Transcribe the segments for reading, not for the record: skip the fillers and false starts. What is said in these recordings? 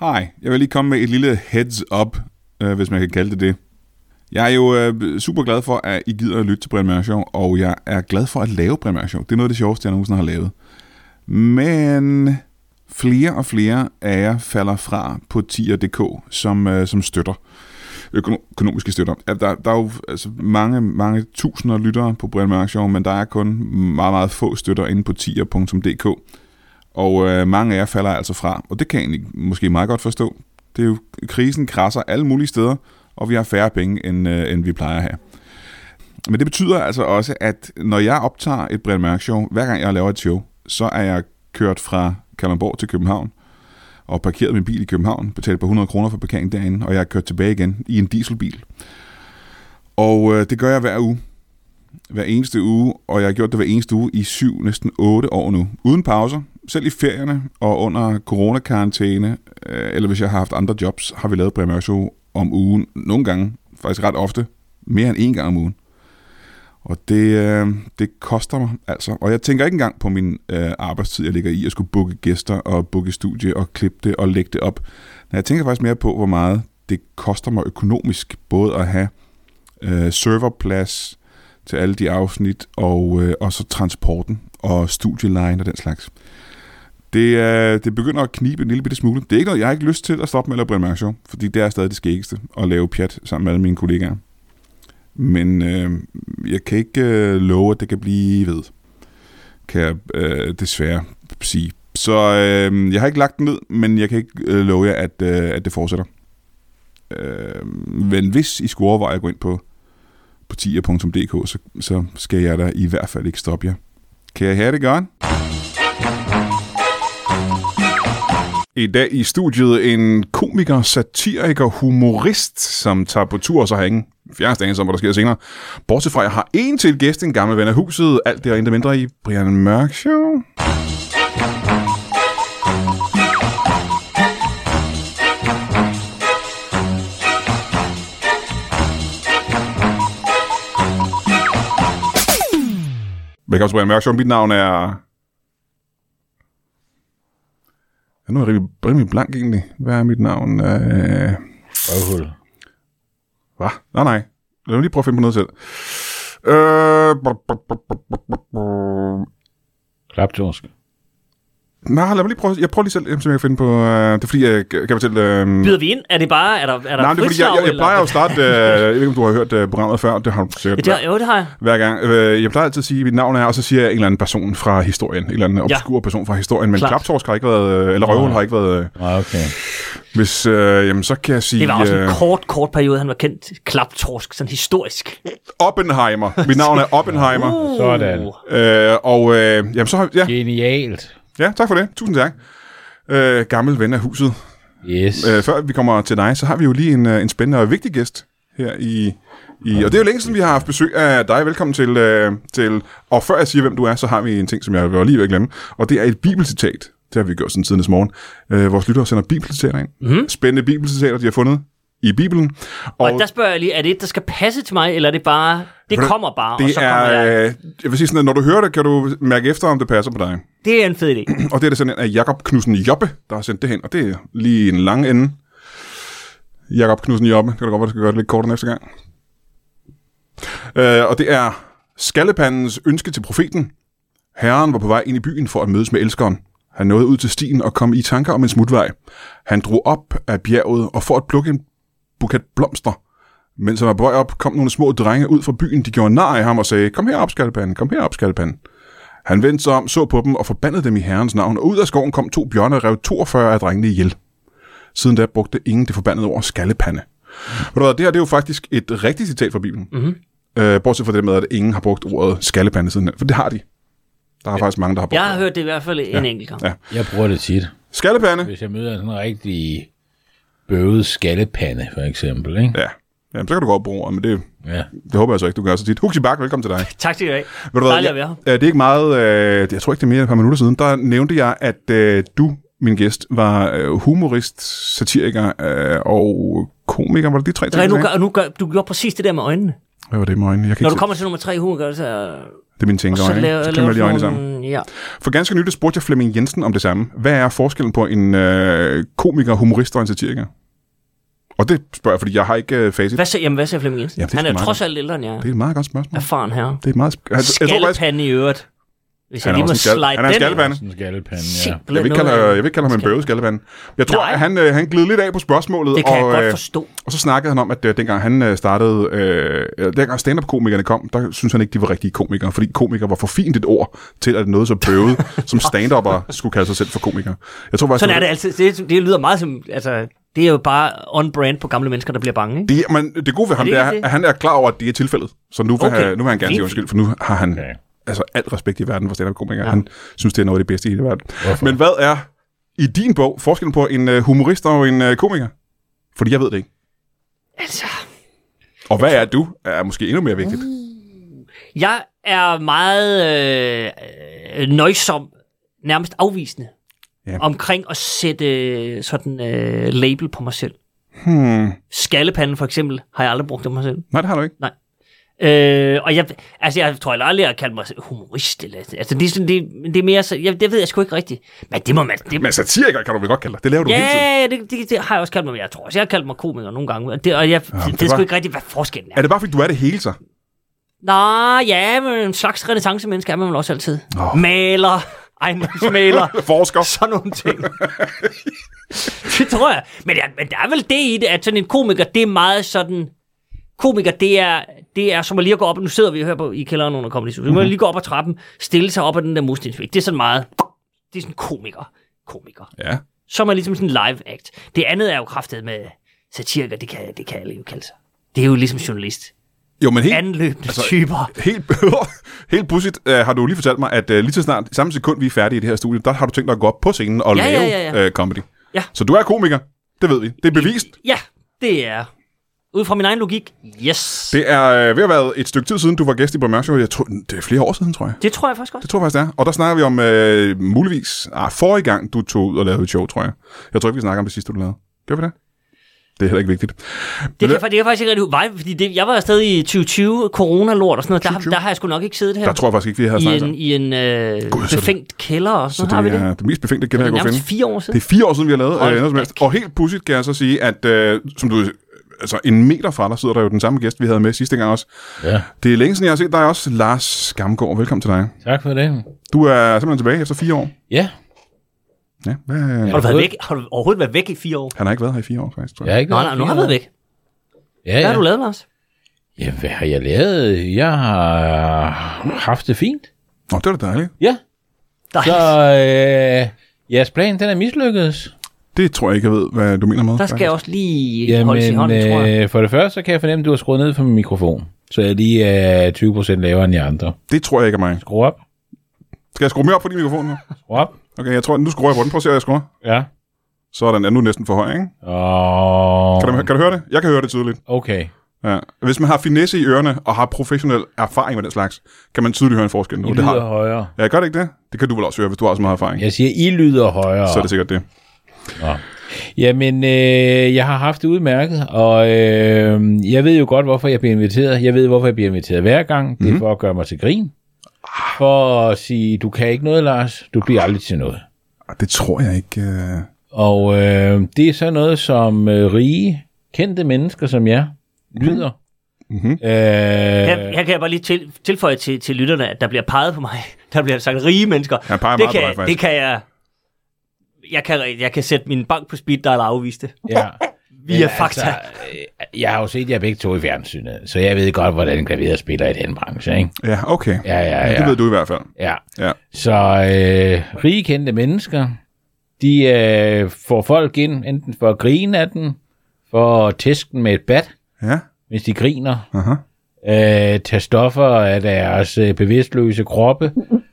Hej, jeg vil lige komme med et lille heads up, hvis man kan kalde det det. Jeg er jo super glad for, at I gider at lytte til Brian Mørk Show, og jeg er glad for at lave Brian Mørk Show. Det er noget af det sjoveste, jeg nogensinde har lavet. Men flere og flere af jer falder fra på tier.dk, som støtter. Økonomiske støtter. Der er jo altså mange tusinder lyttere på Brian Mørk Show, men der er kun meget, meget få støtter inde på tier.dk. Og mange af jer falder altså fra, og det kan jeg egentlig måske meget godt forstå. Det er jo, krisen krasser alle mulige steder, og vi har færre penge, end vi plejer at have. Men det betyder altså også, at når jeg optager et Brian Mørk Show, hver gang jeg laver et show, så er jeg kørt fra Kalundborg til København, og parkeret min bil i København, betalt på 100 kroner for parkering derinde, og jeg er kørt tilbage igen i en dieselbil. Og det gør jeg hver uge. Hver eneste uge, og jeg har gjort det hver eneste uge i 7, næsten 8 år nu. Uden pauser, selv i ferierne og under coronakarantæne, eller hvis jeg har haft andre jobs, har vi lavet Brian Mørk Show om ugen. Nogle gange, faktisk ret ofte, mere end 1 gang om ugen. Og det koster mig altså. Og jeg tænker ikke engang på min arbejdstid, jeg ligger i at skulle booke gæster og booke studie og klippe det og lægge det op. Men jeg tænker faktisk mere på, hvor meget det koster mig økonomisk, både at have serverplads til alle de afsnit og så transporten og studieline og den slags. Det begynder at knibe en lille bitte smule. Det er ikke noget, jeg har ikke lyst til at stoppe med at lave Brian Mørk Show, fordi det er stadig det skæggeste at lave pjat sammen med alle mine kollegaer. Men jeg kan ikke love, at det kan blive ved. Kan jeg desværre sige. Så jeg har ikke lagt den ned, men jeg kan ikke love jer, at det fortsætter. Men hvis I skulle overveje at gå ind på tier.dk, så skal jeg da i hvert fald ikke stoppe jer. Kan jeg have det godt? I dag i studiet en komiker, satiriker, humorist, som tager på tur, og så har ingen fjerneste anelse om, hvad der sker senere. Bortset fra, jeg har en til gæst, en gammel ven af huset. Alt det og intet mindre i Brian Mørk Show. Velkommen til Brian Mørk Show. Mit navn er... Nu er jeg rimelig blank egentlig. Hvad er mit navn? Røvhul. Hvad? Nej. Lad mig lige prøve at finde på noget selv. Klaptorsk. Nej, lad mig lige prøve. Jeg prøver lige selv, som jeg kan finde på... det er fordi, jeg kan fortælle... Byder vi ind? Er det bare... Er der nej, det er fordi, jeg plejer jo at starte... jeg ved ikke, om du har hørt programmet før. Det har du sikkert. Jo, det har jeg. Hver gang. Jeg plejer altid at sige, mit navn er, og så siger jeg en eller anden person fra historien. En eller anden obskur person fra historien. Men klaptorsk har ikke været... Eller røvhul har ikke været... Okay. Hvis... jamen, så kan jeg sige... Det var også en kort periode, han var kendt. Klaptorsk, sådan historisk. Oppenheimer. Mit navn er Oppenheimer. Sådan. Jamen, så har... Ja. Genialt. Ja, tak for det. Tusind tak. Gammel ven af huset. Yes. Før vi kommer til dig, så har vi jo lige en spændende og vigtig gæst her i og det er jo længe siden, vi har haft besøg af dig. Velkommen til... Og før jeg siger, hvem du er, så har vi en ting, som jeg var lige ved at glemme. Og det er et bibelcitat. Det har vi gjort siden tidens morgen. Vores lyttere sender bibelcitater ind. Mm-hmm. Spændende bibelcitater, de har fundet i Bibelen. Og der spørger jeg lige, er det et, der skal passe til mig, eller er det bare... Det kommer bare, det og så kommer jeg... Jeg vil sige sådan, at når du hører det, kan du mærke efter, om det passer på dig. Det er en fed idé. Og det er det sådan af Jakob Knudsen Jobbe, der har sendt det hen. Og det er lige en lang ende. Jakob Knudsen Jobbe. Det kan da godt være, det skal gøre det lidt kortere næste gang. Og det er Skallepandens ønske til profeten. Herren var på vej ind i byen for at mødes med elskeren. Han nåede ud til stien og kom i tanker om en smutvej. Han drog op af bjerget og for at plukke en buket blomster. Mens han var på vej op, kom nogle små drenge ud fra byen. De gjorde nar af ham og sagde, kom herop, Skallepanden, kom herop, Skallepanden. Han vendte sig om, så på dem og forbandede dem i Herrens navn. Og ud af skoven kom 2 bjørne og rev 42 af drengene ihjel. Siden da brugte ingen det forbandede ord Skallepande. Det her det er jo faktisk et rigtigt citat fra Bibelen. Mm-hmm. Bortset fra det med, at ingen har brugt ordet Skallepande siden. For det har de. Der er faktisk mange, der har brugt det. Jeg har hørt det i hvert fald en enkelt gang. Ja. Jeg bruger det tit. Skallepande. Hvis jeg møder sådan en rigtig bøvet skallepande, for eksempel, ikke? Ja. Jamen, så kan du godt bruge ordet, men det håber jeg så ikke, du gør så tit. Huxi Bak, velkommen til dig. Tak skal du have. Dejligt at være her. Det er ikke meget, jeg tror ikke, det er mere end et par minutter siden, der nævnte jeg, at du, min gæst, var humorist, satiriker og komiker. Var det de 3 ting? Du gjorde præcis det der med øjnene. Hvad var det med øjnene? Når du kommer til nummer 3 humor, så Det er min tænker, så ikke? Så klemmer jeg lige øjnene sammen. Ja. For ganske nyligt spurgte jeg Flemming Jensen om det samme. Hvad er forskellen på en komiker, humorist og en satiriker? Og det spørger jeg, fordi jeg har ikke facit. Hvad siger Flemming Jensen? Jamen, han er trods alt ældre end jeg. Det er et meget godt spørgsmål. Erfaren her. Det er et meget... Skallepande i øvrigt. Hvis jeg lige må slide den. Han er en skallepande. Jeg vil ikke kalde ham en bøvet skallepande. Jeg tror, at han gled lidt af på spørgsmålet. Det kan jeg godt forstå. Og så snakkede han om, at dengang han startede... dengang stand-up-komikerne kom, der synes han ikke, de var rigtige komikere. Fordi komikere var for fint et ord til, at noget så bøvet, som stand-upper skulle kalde sig selv for komikere. Jeg tror, sådan er det altid. Det lyder meget som... Altså, det er jo bare on-brand på gamle mennesker, der bliver bange, ikke? Det gode ved ham, det er, at han er klar over, at det er tilfældet. Så nu vil han gerne sige undskyld, for nu har han... Altså alt respekt i verden for stand-up-komikere. Ja. Han synes, det er noget af det bedste i hele verden. Hvorfor? Men hvad er i din bog forskellen på en humorist og en komiker? Fordi jeg ved det ikke. Altså... Og hvad er du? Er måske endnu mere vigtigt. Jeg er meget nøjsom, nærmest afvisende, omkring at sætte sådan label på mig selv. Skallepanden for eksempel, har jeg aldrig brugt det på mig selv. Nej, det har du ikke. Nej. Og jeg tror aldrig, jeg har kaldt mig humorist. Eller, altså, det er mere så... Det ved jeg sgu ikke rigtigt. Men det må man... Men satiriker kan du vel godt kalde dig. Det laver du hele tiden. Ja, det har jeg også kaldt mig. Men jeg tror også, jeg har kaldt mig komiker nogle gange. Og jeg ved sgu ikke rigtigt, hvad forskellen er. Er det bare, fordi du er det hele så? Nå, ja, men en slags renaissance-menneske er man vel også altid. Maler, ejendomsmaler. Forsker. Sådan nogle ting. Det tror jeg. Men der er vel det i det, at sådan en komiker, det er meget sådan... Komiker, det er som at lige gå op, nu sidder vi jo her i kælderen under Comedy Zoo, så må lige gå op ad trappen, stille sig op ad den der murstensvæg. Det er sådan meget, det er sådan komiker. Ja. Så er man ligesom sådan en live act. Det andet er jo kraftet med satiriker, det kan alle jo kalde sig. Det er jo ligesom journalist. Jo, men helt... Anløbende typer. Helt pudsigt har du lige fortalt mig, at lige så snart, samme sekund vi er færdige i det her studie, der har du tænkt dig at gå op på scenen og lave comedy. Ja. Så du er komiker, det ved vi. Det er bevist. Ja, det er... Ud fra min egen logik, yes. Det er ved at være et stykke tid siden, du var gæst i Brian Mørk Show. Jeg tror, det er flere år siden, tror jeg. Det tror jeg faktisk også. Det tror jeg faktisk, det er. Og der snakker vi om muligvis... forrige gang, du tog ud og lavede et show, tror jeg. Jeg tror ikke, vi snakker om det sidste, du lavede. Gør vi det? Det er heller ikke vigtigt. Det kan faktisk ikke rigtig fordi jeg var afsted i 2020, corona-lort og sådan noget. Der har jeg sgu nok ikke siddet her. Der tror jeg faktisk ikke, vi havde snakket om. I en befængt kælder og sådan noget. Så det er det mest befængte kælder, jeg kunne finde. Det er 4 år siden. Det er 4 år siden, vi har lavet noget som helst. Og helt pudsigt kan jeg så sige, at som du... Altså, en meter fra dig sidder der jo den samme gæst, vi havde med sidste gang også. Ja. Det er længe siden, jeg har set dig også. Lars Skamgaard, velkommen til dig. Tak for det. Du er simpelthen tilbage efter 4 år. Ja. Ja, har du overhovedet været væk i 4 år? Han har ikke været her i 4 år, faktisk, tror jeg. Nej, nu har jeg været væk. Ja, hvad har du lavet, Lars? Ja, hvad har jeg lavet? Jeg har haft det fint. Nå, det var da dejligt. Ja. Så jeres plan, den er mislykkedes. Det tror jeg ikke, jeg ved, hvad du mener med. Der skal jeg også lige holde i hånden, tror jeg. For det første, så kan jeg fornemme, at du har skruet ned for min mikrofon. Så jeg lige er 20% lavere end de andre. Det tror jeg ikke er mig. Skru op. Skal jeg skrue mere op på din mikrofon nu? Skru op. Okay, jeg tror, nu skruer jeg på den. Prøv at se, at jeg skruer. Ja. Sådan, er nu næsten for høj, ikke? Kan du høre det? Jeg kan høre det tydeligt. Okay. Ja. Hvis man har finesse i ørerne og har professionel erfaring med den slags, kan man tydeligt høre en forskel nu. I lyder højere. Ja, gør det ikke det? Det kan du vel også høre, hvis du har så meget erfaring. Jeg siger, I lyder højere. Så er det sikkert det. Ja. Jamen, jeg har haft det udmærket, og jeg ved jo godt, hvorfor jeg bliver inviteret. Jeg ved, hvorfor jeg bliver inviteret hver gang. Det er for at gøre mig til grin. For at sige, du kan ikke noget, Lars. Du bliver aldrig til noget. Det tror jeg ikke. Og det er så noget, som rige, kendte mennesker som jeg lyder. Mm-hmm. Her kan jeg bare lige tilføje til lytterne, at der bliver peget på mig. Der bliver sagt rige mennesker. Jeg peger meget på dig, faktisk. Det kan jeg... Jeg kan sætte min bank på speed dial og afvise det. Ja. Via fakta. Altså, jeg har jo set jer begge to i fjernsynet, så jeg ved godt, hvordan klaver spiller i den branche, ikke? Ja, okay. Ja. Det ved du i hvert fald. Ja. Så rige kendte mennesker, de får folk ind, enten for at grine af den, for at tæske den med et bat, hvis de griner, tage stoffer af deres bevidstløse kroppe,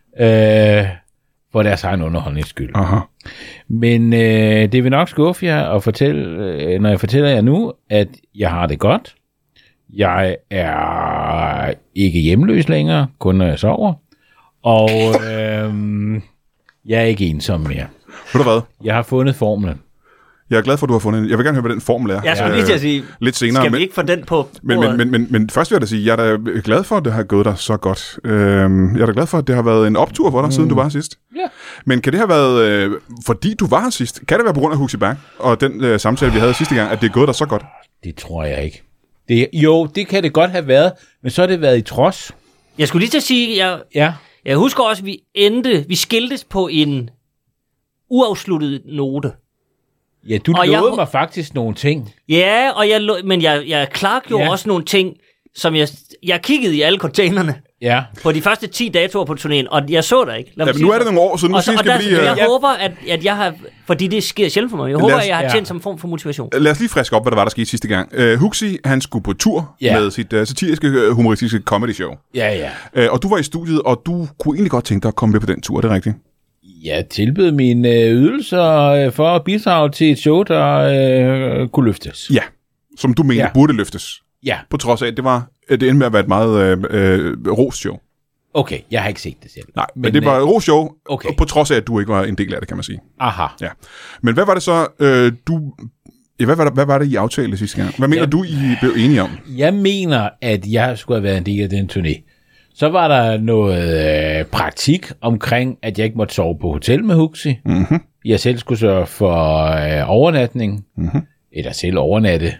for deres egen underholdnings skyld. Men det vil nok skuffe jer at fortælle, når jeg fortæller jer nu, at jeg har det godt. Jeg er ikke hjemløs længere, kun når jeg sover. Og jeg er ikke ensom mere. Ved du hvad? Jeg har fundet formlen. Jeg er glad for, at du har fundet. Jeg vil gerne høre, hvad den formel er. Jeg skulle lige til at sige, lidt senere. Skal vi ikke få den på? Men først vil jeg da sige, jeg er da glad for, at det har gået dig så godt. Jeg er da glad for, at det har været en optur for dig, siden du var her sidst. Ja. Men kan det have været, fordi du var her sidst? Kan det være på grund af Huxi Bang og den samtale, vi havde sidste gang, at det er gået dig så godt? Det tror jeg ikke. Det kan det godt have været, men så har det været i trods. Jeg skulle lige til at sige, jeg husker også, at vi skiltes på en uafsluttet note. Ja, du lovede mig faktisk nogle ting. Ja, men jeg klargjorde også nogle ting, som jeg kiggede i alle containerne. Ja. På de første 10 datoer på turnéen, og jeg så der ikke. Ja, men nu er det nogle år, så nu skal vi lige... Jeg håber, at jeg har... Fordi det sker sjældent for mig. Jeg håber, at jeg har tjent som en form for motivation. Lad os lige friske op, hvad der var, der skete sidste gang. Huxi, han skulle på tur med sit satiriske, humoristiske comedy show. Ja. Og du var i studiet, og du kunne egentlig godt tænke dig at komme med på den tur, er det rigtigt? Jeg tilbød mine ydelser for at bidrage til et show, der kunne løftes. Ja, som du mener burde løftes. Ja. På trods af, at det endte med at være et meget ros-show. Okay, jeg har ikke set det selv. Nej, men det var et ros-show, okay. På trods af, at du ikke var en del af det, kan man sige. Aha. Ja. Men hvad var det så, hvad var det, I aftalte sidste gang? Hvad mener du, I blev enige om? Jeg mener, at jeg skulle have været en del af den turné. Så var der noget praktik omkring, at jeg ikke måtte sove på hotel med Huxi. Mm-hmm. Jeg selv skulle sørge for overnatning. Mm-hmm. Eller selv overnatte.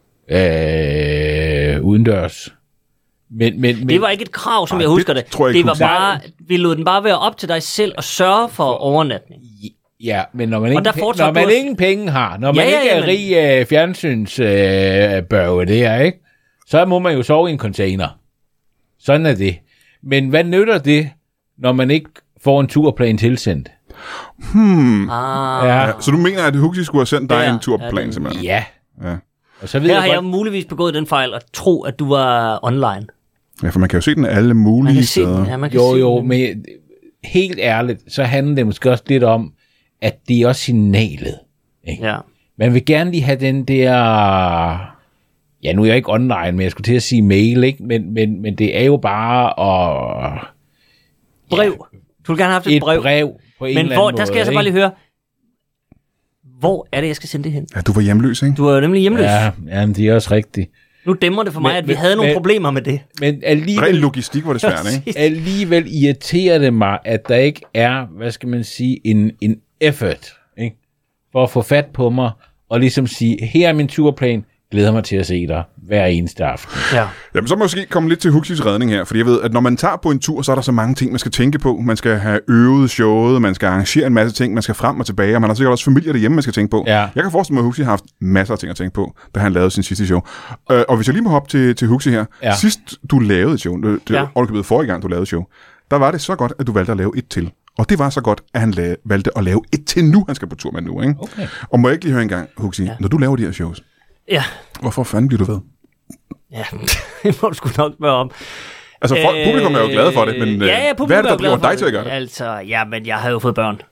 Udendørs. Men det var ikke et krav, som jeg husker det. Det var bare, vi lod den bare være op til dig selv at sørge for overnatning. Ja, men når man ingen penge har, når man ikke er rig fjernsynsbørge der, ikke? Så må man jo sove i en container. Sådan er det. Men hvad nytter det, når man ikke får en turplan tilsendt? Ja. Så du mener, at Huxi skulle have sendt dig en turplan, simpelthen? Ja. Og så har jeg muligvis begået den fejl at tro, at du var online. Ja, for man kan jo se den alle mulige steder. Jo, men helt ærligt, så handler det måske også lidt om, at det er også signalet. Ikke? Ja. Man vil gerne lige have den der... Ja, nu er jeg ikke online, men jeg skulle til at sige mail, ikke? Men det er jo bare at... Brev. Du vil gerne have haft et brev. På en eller anden måde. Der skal jeg så bare lige høre, hvor er det, jeg skal sende det hen? Ja, du var hjemløs, ikke? Du var jo nemlig hjemløs. Ja, men det er også rigtigt. Nu dæmmer det for mig, at vi havde nogle problemer med det. Men alligevel... Ren logistik var det svært, ikke? Alligevel irriterer det mig, at der ikke er, hvad skal man sige, en effort, ikke? For at få fat på mig, og ligesom sige, her er min turplan, glæder mig til at se dig hver eneste aften. Ja. Jamen, så måske komme lidt til Huxis redning her, fordi jeg ved, at når man tager på en tur, så er der så mange ting, man skal tænke på. Man skal have øvet showet, man skal arrangere en masse ting, man skal frem og tilbage, og man har sikkert også familie derhjemme, man skal tænke på. Ja. Jeg kan forestille mig, at Huxi har haft masser af ting at tænke på, da han lavede sin sidste show. Og hvis jeg lige må hoppe til Huxi her. Ja. Sidst du lavede et show, det forrige gang du lavede et show, der var det så godt, at du valgte at lave et til. Og det var så godt, at han valgte at lave et til nu, han skal på tur med nu, ikke? Okay. Og må jeg ikke lige høre en gang, Huxi, når du laver de her shows, hvorfor fanden bliver du ved? Ja, det må du sgu nok spørge om. Altså, publikum er jo glade for det, men hvad er det, der driver dig til at gøre det? Altså, men jeg har jo fået børn.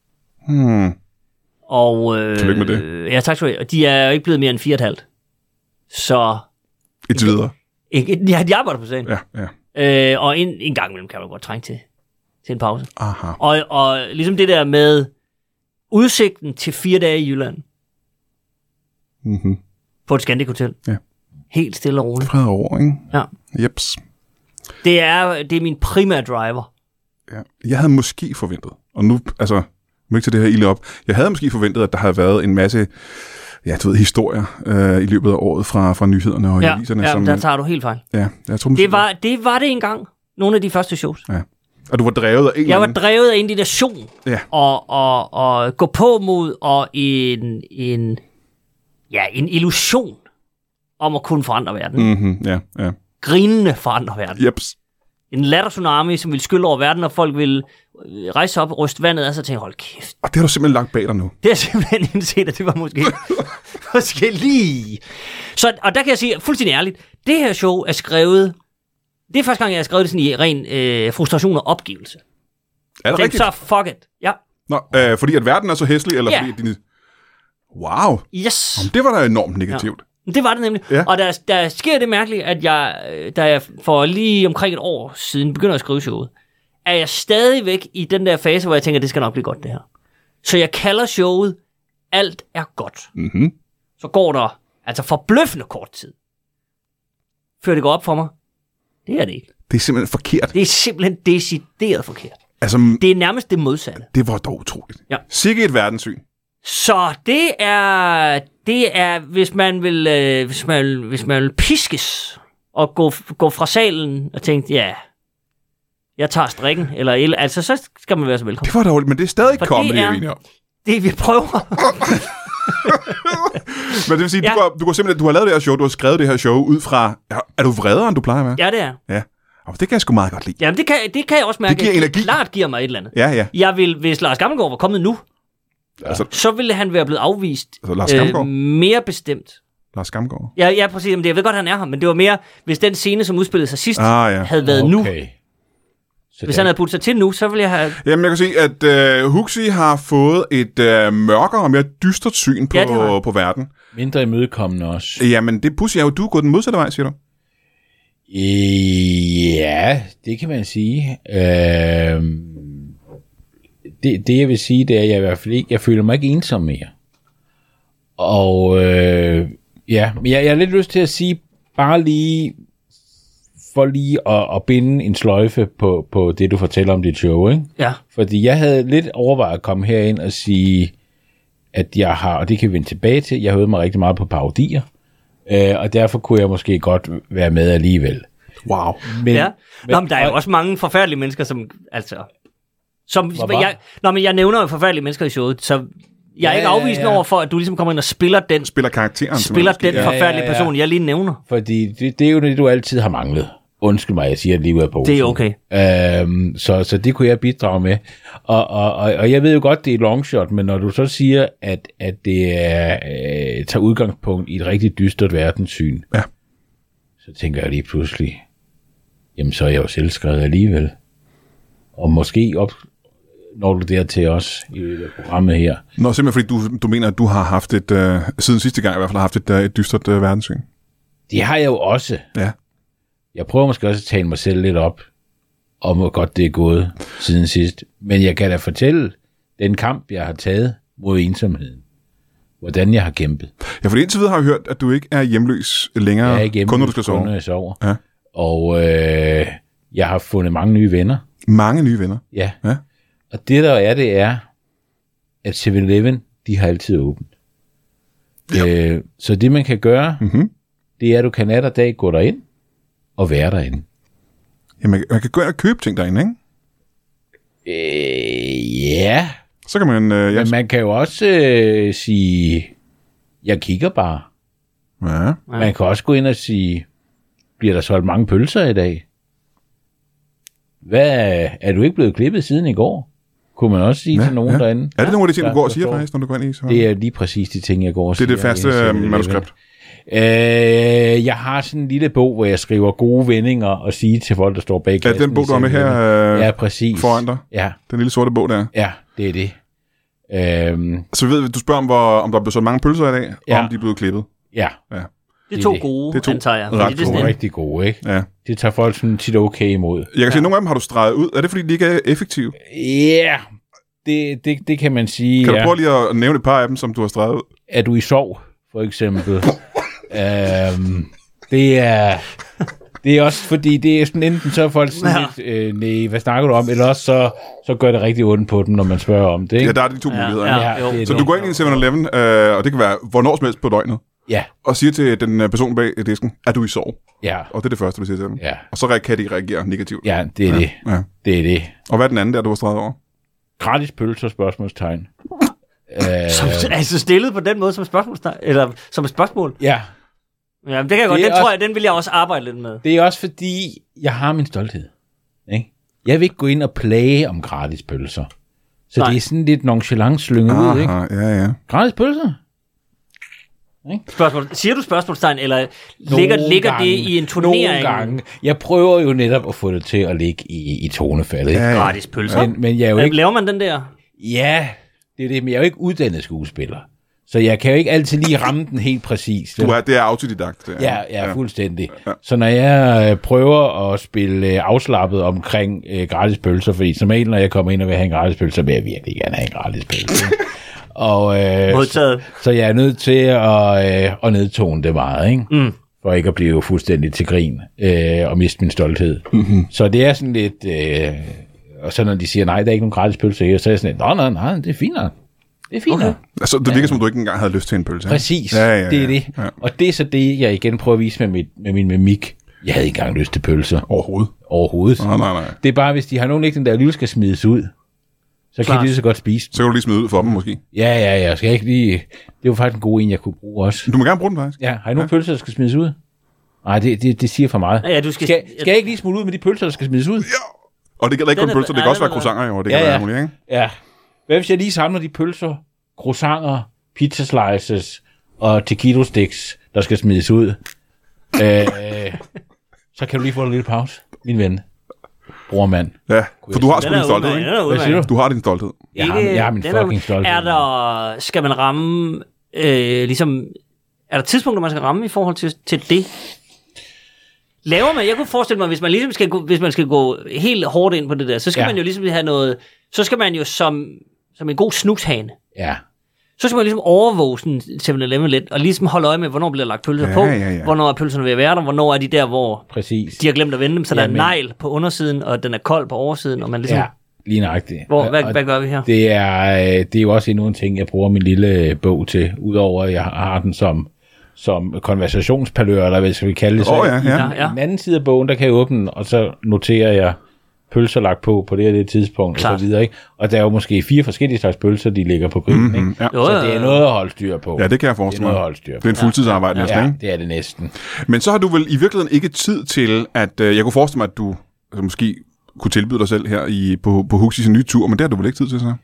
Og tillykke med det. Ja, tak skal du have. De er jo ikke blevet mere end 4,5. Så... Indtil videre. Ja, de arbejder på sagen. Ja. Og en gang imellem kan man godt trænge til en pause. Aha. Og ligesom det der med udsigten til 4 dage i Jylland. Mm-hmm. På et Scandic Hotel. Ja. Helt stille og roligt. Fred og ro, ikke? Ja. Jeps. Det er min primære driver. Ja. Jeg havde måske forventet, og nu, altså, må ikke tage det her ilde op, jeg havde måske forventet, at der havde været en masse, historier i løbet af året fra nyhederne og aviserne. Ja, der tager du helt fejl. Ja, jeg tror måske... Det var det engang. Nogle af de første shows. Ja. Og du var drevet af Jeg var drevet af indignation. Ja. Og gå på mod og en illusion om at kunne forandre verden. Mm-hmm. Ja. Grinende forandre verden. Jeps. En lattertsunami, som ville skylle over verden, og folk ville rejse op og ryste vandet af sig og tænke, hold kæft. Og det har du simpelthen lagt bag dig nu. Det har simpelthen indset, at det var måske lige. Så, og der kan jeg sige fuldstændig ærligt, det her show er skrevet, det er første gang, jeg har skrevet det sådan i ren frustration og opgivelse. Er det rigtigt? Så fuck it. Ja. Nå, fordi at verden er så hæslig, eller fordi dine... Wow. Yes. Jamen, det var da enormt negativt. Ja. Det var det nemlig. Ja. Og der sker det mærkeligt, at da jeg for lige omkring et år siden begynder at skrive showet, er jeg stadigvæk i den der fase, hvor jeg tænker, det skal nok blive godt det her. Så jeg kalder showet alt er godt, Mm-hmm. så går der altså forbløffende kort tid, før det går op for mig. Det er det ikke. Det er simpelthen forkert. Det er simpelthen decideret forkert. Altså, Det er nærmest det modsatte. det var dog utroligt. Ja. Sikke et verdenssyn. Så det er hvis man vil piskes og gå fra salen og tænke, ja, jeg tager strikken, eller altså, så skal man være så velkommen. Det var dårligt, men det er stadig For comedy, det er- jeg er enig om. Det vi prøver. Men det vil sige, Ja. du går simpelthen, du har lavet det her show, du har skrevet det her show ud fra, er du vredere, end du plejer at være? Ja, det er. Ja. Og det kan jeg sgu meget godt lide. Jamen, det kan jeg også mærke. Det giver energi. Klart giver mig et eller andet. Ja, ja. Jeg vil, hvis Lars Gammelgaard var kommet nu, Altså, så ville han være blevet afvist Lars Gammelgaard? mere bestemt. Lars Skamgaard. Ja, præcis. Men jeg ved godt, han er her, men det var mere, hvis den scene, som udspillede sig sidst, Ja. havde været nu. Så Hvis han havde puttet sig til nu, så ville jeg have... Jamen, jeg kan se, at Huxi har fået et mørkere og mere dystert syn på, Ja, det har han. på verden. mindre imødekommende også. Jamen, det pudsige er jo, du er gået den modsatte vej, siger du. Ja, det kan man sige. Det jeg vil sige, det er, at jeg i hvert fald ikke, jeg føler mig ikke ensom mere. Og ja, men jeg har lidt lyst til at sige, bare lige, for lige at binde en sløjfe på det, du fortæller om dit show, ikke? Ja. Fordi jeg havde lidt overvejet at komme herind og sige, at jeg har, og det kan vi vende tilbage til, jeg har øvet mig rigtig meget på parodier, og derfor kunne jeg måske godt være med alligevel. Wow. Men, Ja. Nå, men der er jo også mange forfærdelige mennesker, som... men jeg nævner jo forfærdelige mennesker i showet, så jeg er ikke afvisende over for, at du ligesom kommer ind og spiller den Karakteren. forfærdelige person, jeg lige nævner. Fordi det er jo det, du altid har manglet. Undskyld mig, jeg siger det lige ud af posen. Det er okay. Så det kunne jeg bidrage med. Og jeg ved jo godt, det er longshot, men når du så siger, at det tager udgangspunkt i et rigtig dystert verdenssyn, Ja. så tænker jeg lige pludselig, jamen så er jeg jo selvskrevet alligevel. Og måske når du dertil også i programmet her. Nå, simpelthen fordi du mener, at du har haft siden sidste gang i hvert fald, har haft et dystert verdenssyn. Det har jeg jo også. Ja. Jeg prøver måske også at tale mig selv lidt op, om hvor godt det er gået siden sidst. Men jeg kan da fortælle den kamp, jeg har taget mod ensomheden. Hvordan jeg har kæmpet. Ja, for indtil videre har jeg hørt, at du ikke er hjemløs længere, Jeg er ikke kun når du skal sove. kun når jeg sover. Ja. Og jeg har fundet mange nye venner. Mange nye venner. Ja. Ja. Og det der er, det er, at 7-Eleven, de har altid åbent. Ja. Så det man kan gøre, det er, at du kan nat og dag gå derind og være derinde. Ja, man kan gå ind og købe ting derinde, ikke? Ja. Så kan man... Men man kan jo også sige, jeg kigger bare. Ja. Man kan også gå ind og sige, bliver der solgt mange pølser i dag? Hvad, er du ikke blevet klippet siden i går? Kunne man også sige til nogen derinde. Er det nogle af de ting, du går og der siger står- faktisk, når du går ind i? Så? Det er lige præcis de ting, jeg går og Det er siger. det faste manuskript. Jeg har sådan en lille bog, hvor jeg skriver gode vendinger og sige til folk, der står bag Ja, kassen. den bog, du har med her Ja, præcis. foran dig. Ja, Den lille sorte bog der. ja, det er det. Så ved du spørger om der er blevet solgt mange pølser i dag, og Ja. om de er blevet klippet. Ja, Det er Det to er det. gode, Det er to antager jeg. ret Fordi det er gode. sådan en- rigtig gode, ikke? Ja. Det tager folk sådan tit okay imod. Jeg kan se, at nogle af dem har du streget ud. Er det, fordi de ikke er effektive? Ja, det kan man sige. Kan du ja. prøve lige at nævne et par af dem, som du har streget ud? Er du i sov, for eksempel? Det er også fordi, det er sådan enten så er folk sådan lidt, nej, hvad snakker du om? Eller også så gør det rigtig ondt på dem, når man spørger om det, ikke? Ja, der er de to muligheder. ikke? Ja, jo. det er Så det. du går ind i en 7-Eleven, og det kan være hvornår som helst på døgnet, Ja, og siger til den person bag disken, er du i sorg? ja, Og det er det første, du siger til dem. ja. Og så kan de reagere negativt. Ja, det er det. Ja. Det er det. Og hvad er den anden der, du har streget over? Gratis pølser, spørgsmålstegn. Altså stillet på den måde som spørgsmålstegn, eller som et spørgsmål. Ja, Ja, det kan jeg godt. Det er Den tror også- jeg, den vil jeg også arbejde lidt med. det er også fordi, jeg har min stolthed. Ikke? Jeg vil ikke gå ind og plage om gratis pølser. Så Nej. det er sådan lidt nonchalant slynget ud, ikke? Ja. Gratis pølser? Spørgsmål. Siger du spørgsmålstegn, eller Nogle ligger gange. det i en turnering? Nogle gange. Jeg prøver jo netop at få det til at ligge i tonefaldet. Ikke? Ja. Gratis pølser. Men jeg er jo ikke... Laver man den der? Ja, det er det, men jeg er jo ikke uddannet skuespiller. Så jeg kan jo ikke altid lige ramme den helt præcis. Det er autodidakt. Det er. Ja, fuldstændig. Så når jeg prøver at spille afslappet omkring gratis pølser, fordi som regel, når jeg kommer ind og vil have en gratis pølse, så vil jeg virkelig gerne have en gratis pølse. Og, så jeg er nødt til at nedtone det meget, ikke? Mm. For ikke at blive fuldstændig til grin og miste min stolthed. Mm-hmm. Så det er sådan lidt... og så når de siger, nej, der er ikke nogen gratis pølse her, så er jeg sådan lidt, nej, det er fint nok. Det er fint nok. Altså, det virker som, du ikke engang havde lyst til en pølse. Præcis, det er det. Ja. Og det er så det, jeg igen prøver at vise med min mimik. Jeg havde ikke engang lyst til pølser. Overhovedet. Nej. Det er bare, hvis de har nogen liggende, der alligevel skal smides ud, så kan de lige så godt spise dem. Så kan du lige smide ud for dem, måske. Ja. Skal jeg ikke lige... Det var faktisk en god en, jeg kunne bruge også. Du må gerne bruge den, faktisk. Ja, har I nogle pølser, der skal smides ud? Nej, det siger for meget. Ja, du skal jeg ikke lige smide ud med de pølser, der skal smides ud? Ja. Og det gælder ikke kun pølser, det kan også være croissanter, jo. Det kan være muligt, ikke? Ja. Hvad hvis jeg lige samler de pølser, croissanter, pizza slices og taquito sticks, der skal smides ud? Så kan du lige få en lille pause, min ven. Brormand. Ja, for du har sgu din stolthed, ikke? Hvad siger du? Du har din stolthed. Jeg har min fucking stolthed. Skal man ramme, ligesom... Er der tidspunkter, man skal ramme i forhold til det? Laver man, jeg kunne forestille mig, hvis man ligesom hvis man skal gå helt hårdt ind på det der, så skal man jo ligesom have noget, så skal man jo som en god snukshane. Ja. Så skal man ligesom overvåge sådan 7-Eleven lidt, og ligesom holde øje med, hvornår bliver lagt pølser på, hvornår er pølserne ved at være der, hvornår er de der, hvor de har glemt at vende dem, så der er negl på undersiden, og den er kold på oversiden, og man ligesom... Ja, lige nøjagtigt. Hvad gør vi her? Det er jo også endnu en ting, jeg bruger min lille bog til, udover at jeg har den som konversationspalør, eller hvad skal vi kalde det så. I den anden side af bogen, der kan jeg åbne, og så noterer jeg pølser lagt på det og det tidspunkt, og så videre, ikke? Og der er jo måske 4 forskellige slags pølser, de ligger på grillen, ikke? Ja. Så det er noget at holde styr på. Ja, det kan jeg forestille mig. Det er en fuldtidsarbejde næsten, ikke? Ja, det er det næsten. Men så har du vel i virkeligheden ikke tid til, at jeg kunne forestille mig, at du måske kunne tilbyde dig selv her på Huxis nye tur, men det har du vel ikke tid til så?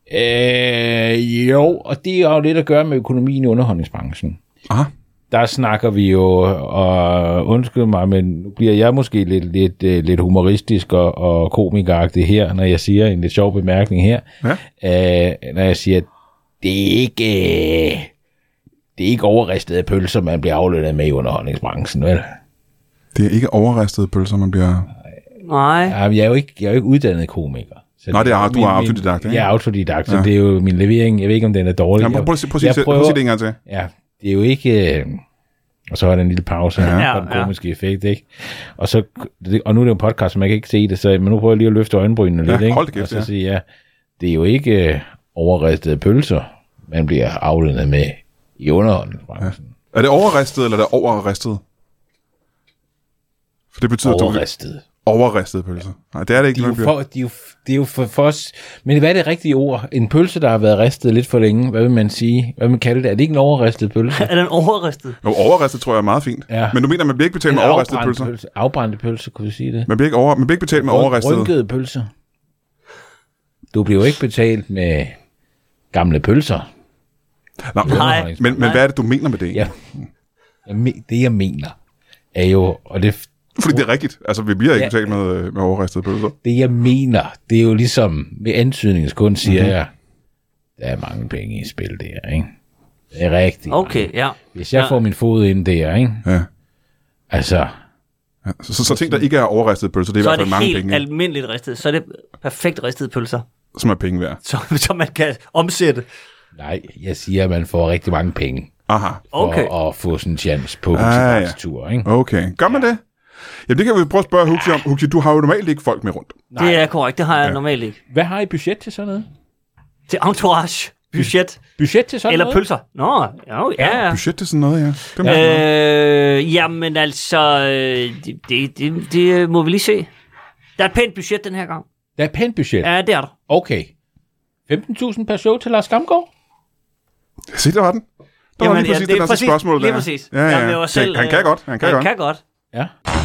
Jo, og det er jo lidt at gøre med økonomien i underholdningsbranchen. Aha. Der snakker vi jo, og undskyld mig, men nu bliver jeg måske lidt humoristisk og komikeragtig her, når jeg siger en lidt sjov bemærkning her. Ja. Når jeg siger, at det er ikke overristede pølser, man bliver aflønnet med i underholdningsbranchen, vel? Det er ikke overristede pølser, man bliver... Nej. Ja, jeg er jo ikke uddannet komiker. Nej, du er autodidakt, ikke? Jeg er autodidakt, så det er jo min levering. Jeg ved ikke, om den er dårlig. Jamen, prøv at sige det en gang til. Ja, det er jo ikke... Og så er der en lille pause her på den komiske effekt, ikke? Og nu er det jo en podcast, så man kan ikke se det, så men nu prøver jeg lige at løfte øjenbrynene lidt, ikke? Hold det kæft, og så sige, det er jo ikke overristede pølser, man bliver aflønnet med i underholdningsbranchen. Ja. Er det overristet, eller er det overristet? For det betyder, overristet. Overristede pølser. Nej, det er det ikke. Det er jo for os... Men hvad er det rigtige ord? En pølse, der har været ristet lidt for længe. Hvad vil man sige? Hvad vil man kalde det? Er det ikke en overristet pølse? Er den overristet? Jo, overristet tror jeg er meget fint. Ja. Men du mener, man bliver ikke betalt med overristede pølser? Afbrændte pølse, kunne du sige det? Man bliver ikke betalt med overristede... Rynkede pølser. Du bliver jo ikke betalt med gamle pølser. Nej. Men hvad er det, du mener med det? Ja. Det, jeg mener, er jo... Og det fordi det er rigtigt. Altså, vi bliver ikke betalt med overristede pølser. Det, jeg mener, det er jo ligesom med antydningskunst, siger jeg, der er mange penge i spil der, ikke? Det er rigtigt. Okay, ja. Hvis jeg får min fod ind der, ikke? Ja. Altså... Ja, så ting, der ikke er overristede pølser, det er i hvert fald mange penge. Så er det helt almindeligt ristet. Så er det perfekt ristede pølser. Som er penge værd. Så man kan omsætte. Nej, jeg siger, at man får rigtig mange penge. Aha. For at få sådan en chance på sin tur, ikke? Okay, gør man det? Jamen det kan vi prøve at spørge Huxi om. Huxi, du har jo normalt ikke folk med rundt. Nej. Det er korrekt, det har jeg normalt ikke. Hvad har I budget til sådan noget? Til entourage. Budget til sådan eller noget? Pølser. Nå, ja. Budget til sådan noget, ja. Jamen altså, det må vi lige se. Der er et pænt budget den her gang. Der er et pænt budget? Ja, det er der. Okay. 15.000 per show til Lars Gamgaard? Se, der var den. Der var lige præcis det der spørgsmål der. Lige præcis. Ja. Han kan godt. Han kan godt. Ja.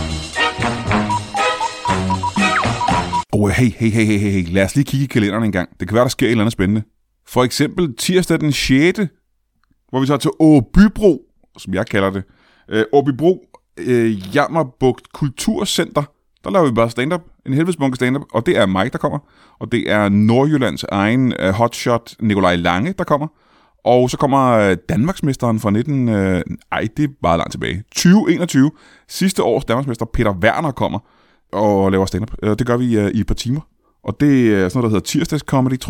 Hey. Lad os lige kigge i kalenderen en gang. Det kan være, der sker et eller andet spændende. For eksempel tirsdag den 6., hvor vi så til Åbybro, som jeg kalder det. Åbybro, Jammerbugt Kulturcenter. Der laver vi bare stand-up. En helvedesbunke stand-up. Og det er mig, der kommer. Og det er Nordjyllands egen hotshot Nikolaj Lange, der kommer. Og så kommer Danmarksmesteren fra det er meget langt tilbage. 2021. Sidste års Danmarksmester Peter Werner kommer og laver stand-up. Det gør vi i et par timer. Og det er sådan noget, der hedder tirsdags comedy, tror jeg.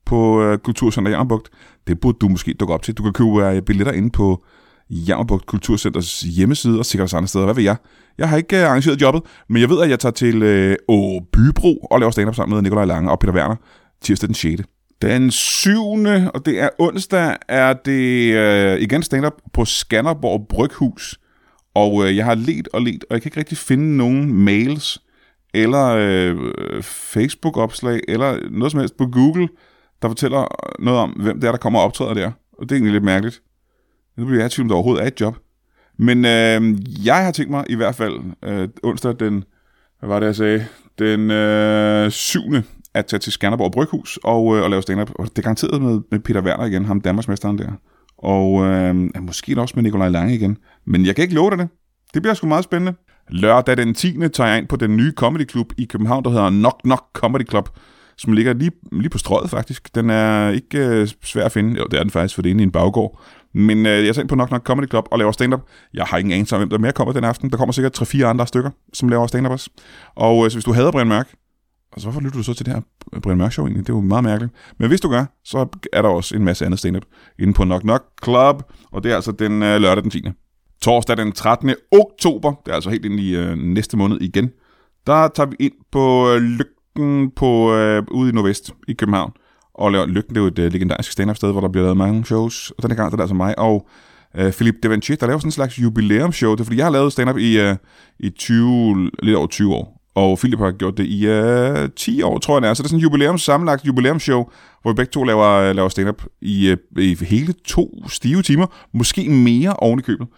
på Kulturcenter Jammerbugt. Det burde du måske dukke op til. Du kan købe billetter inde på Jammerbugt Kulturcenters hjemmeside og sikkert også andre steder. Hvad ved jeg? Jeg har ikke arrangeret jobbet, men jeg ved, at jeg tager til Bybro og laver stand-up sammen med Nikolaj Lange og Peter Werner tirsdag den 6. Den 7. og det er onsdag, er det igen stand-up på Skanderborg Bryghus. Og jeg har ledt, og jeg kan ikke rigtig finde nogen mails eller Facebook-opslag eller noget som helst på Google, der fortæller noget om, hvem det er, der kommer og optræder der. Og det er egentlig lidt mærkeligt. Nu bliver jeg i tvivl, om der overhovedet er et job. Men jeg har tænkt mig i hvert fald onsdag den, hvad var det jeg sagde, den 7. at tage til Skanderborg Bryghus og lave stand-up. Og det er garanteret med Peter Werner igen, ham Danmarksmesteren der. Og måske også med Nikolaj Lange igen. Men jeg kan ikke love dig det. Det bliver sgu meget spændende. Lørdag den 10. tager jeg ind på den nye comedy club i København, der hedder Knock Knock Comedy Club, som ligger lige på Strøget faktisk. Den er ikke svær at finde. Jo, det er den faktisk, for det er inde i en baggård. Men jeg tager ind på Knock Knock Comedy Club og laver stand-up. Jeg har ingen anelse om, hvem der mere kommer den aften. Der kommer sikkert 3-4 andre stykker, som laver stand-up også. Og så hvis du hader Brian Mørk, og så hvorfor lytter du så til det her Brian Mørk Show egentlig? Det er jo meget mærkeligt. Men hvis du gør, så er der også en masse andet stand-up inde på Knock Knock Club. Og det er altså den lørdag den 10. Torsdag den 13. oktober, det er altså helt ind i næste måned igen, der tager vi ind på Lygten ude i Nordvest i København. Og Lygten, det er jo et legendarisk stand-up sted, hvor der bliver lavet mange shows. Og den her gang, der er altså mig og Philippe Devanchier, der laver sådan en slags jubilæumsshow. Det er fordi, jeg har lavet stand-up i lidt over 20 år. Og Philip har gjort det i 10 år, tror jeg det er. Så det er sådan en sammenlagt jubilæumsshow, hvor vi begge to laver stand-up i hele 2 stive timer. Måske mere oven i købet.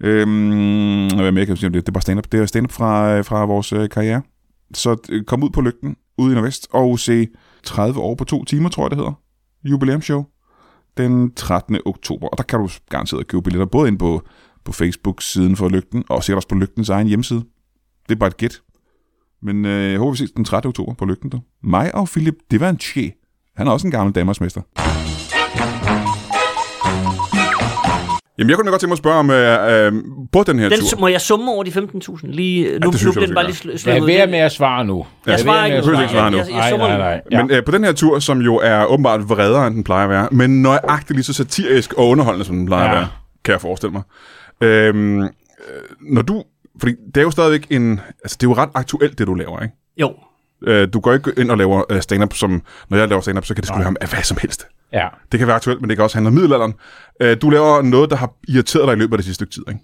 Hvad mere kan jeg sige om det? Det er bare stand-up. Det er stand-up fra vores karriere. Så kom ud på Lygten, ude i Nordvest, og se 30 år på 2 timer, tror jeg det hedder. Jubilæumsshow. Den 13. oktober. Og der kan du garanteret købe billetter, både ind på Facebook-siden for Lygten, og sikkert også på Lygtens egen hjemmeside. Det er bare et gæt. Men jeg håber, vi ses den 13. oktober på Lygten. Der. Mig og Philip Devanchier. Han er også en gammel danmarksmester. Jamen, jeg kunne godt tænke mig at spørge om på den her tur. Må jeg summe over de 15.000? Lige, nu bliver den bare lige slået ud. Jeg er ved med at svare nu. Jeg svarer ikke. Nej. Ja. Men på den her tur, som jo er åbenbart vredere, end den plejer at være, men nøjagtigt lige så satirisk og underholdende, som den plejer at være, kan jeg forestille mig. Når du... Fordi det er jo stadigvæk altså det er jo ret aktuelt, det du laver, ikke? Jo. Du går ikke ind og laver stand-up, som... Når jeg laver stand-up, så kan det sgu have hvad som helst. Ja. Det kan være aktuelt, men det kan også handle om middelalderen. Du laver noget, der har irriteret dig i løbet af det sidste stykke tid, ikke?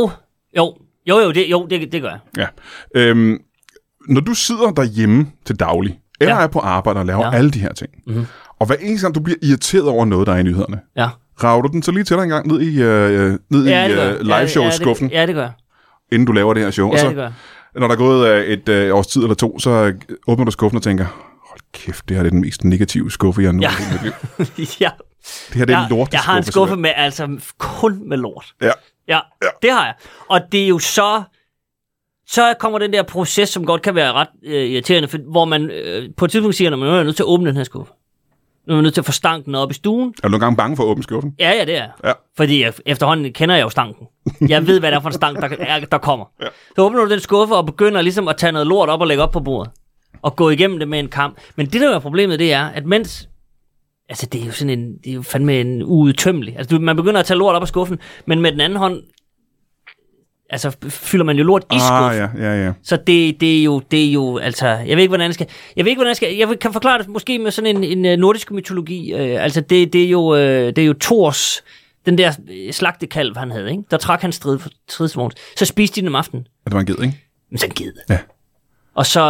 Jo, det gør jeg. Ja. Når du sidder derhjemme til daglig, eller er på arbejde og laver alle de her ting, og hver eneste gang du bliver irriteret over noget, der er i nyhederne, rager du den så lige til dig en gang ned i liveshow-skuffen? Ja, det gør jeg. Inden du laver det her show. Ja, og så, det gør. Når der er gået et års tid eller 2, så åbner du skuffen og tænker, hold kæft, det her er den mest negative skuffe, jeg har nået i mit liv. Ja. Det her det er lorteskuffe. Jeg har en skuffe med, altså kun med lort. Ja, det har jeg. Og det er jo så kommer den der proces, som godt kan være ret irriterende, hvor man på et tidspunkt siger, når man er nødt til at åbne den her skuffe. Nu er man nødt til at få stanken op i stuen. Er du nogle gange bange for at åbne skuffen? Ja, det er. Ja. Fordi efterhånden kender jeg jo stanken. Jeg ved, hvad det er for en stank, der kommer. Ja. Så åbner du den skuffe og begynder ligesom at tage noget lort op og lægge op på bordet. Og gå igennem det med en kamp. Men det, der er problemet, det er, at mens... Altså, det er jo fandme en uudtømmelig. Altså, man begynder at tage lort op af skuffen, men med den anden hånd... Altså, fylder man jo lort i skuffen. Ja. Så det er jo, altså... Jeg ved ikke, hvordan jeg skal... Jeg kan forklare det måske med sådan en nordisk mytologi. Altså, det er jo Thors... Den der slagtekalv, han havde, ikke? Der trak han stridsvogn. Så spiste de den om aftenen. Det var en ged, ikke? Men så en ged. Ja. Og så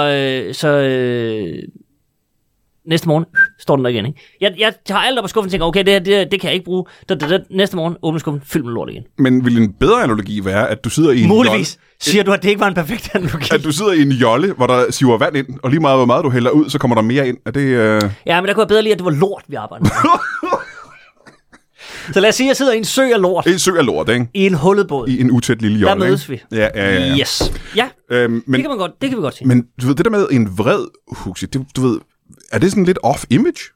næste morgen står den der igen, ikke? Jeg tager alt op af skuffen og tænker, okay, det kan jeg ikke bruge. Næste morgen åbner skuffen, fyldt med lort igen. Men vil en bedre analogi være, at du sidder i en muligvis. Siger du, at det ikke var en perfekt analogi? At du sidder i en jolle, hvor der siver vand ind, og lige meget, hvor meget du hælder ud, så kommer der mere ind. Er det... Ja, men der kunne jeg bedre lide, at det var lort, vi arbejdede med. Så lad os sige, at jeg sidder i en sø af lort. En sø af lort, ikke? I en hullet båd. I en utæt lille jolle, der mødes vi. Ja. Yes. Ja, men, det kan vi godt sige. Men du ved, det der med en vred Huxi, du ved, er det sådan lidt off-image?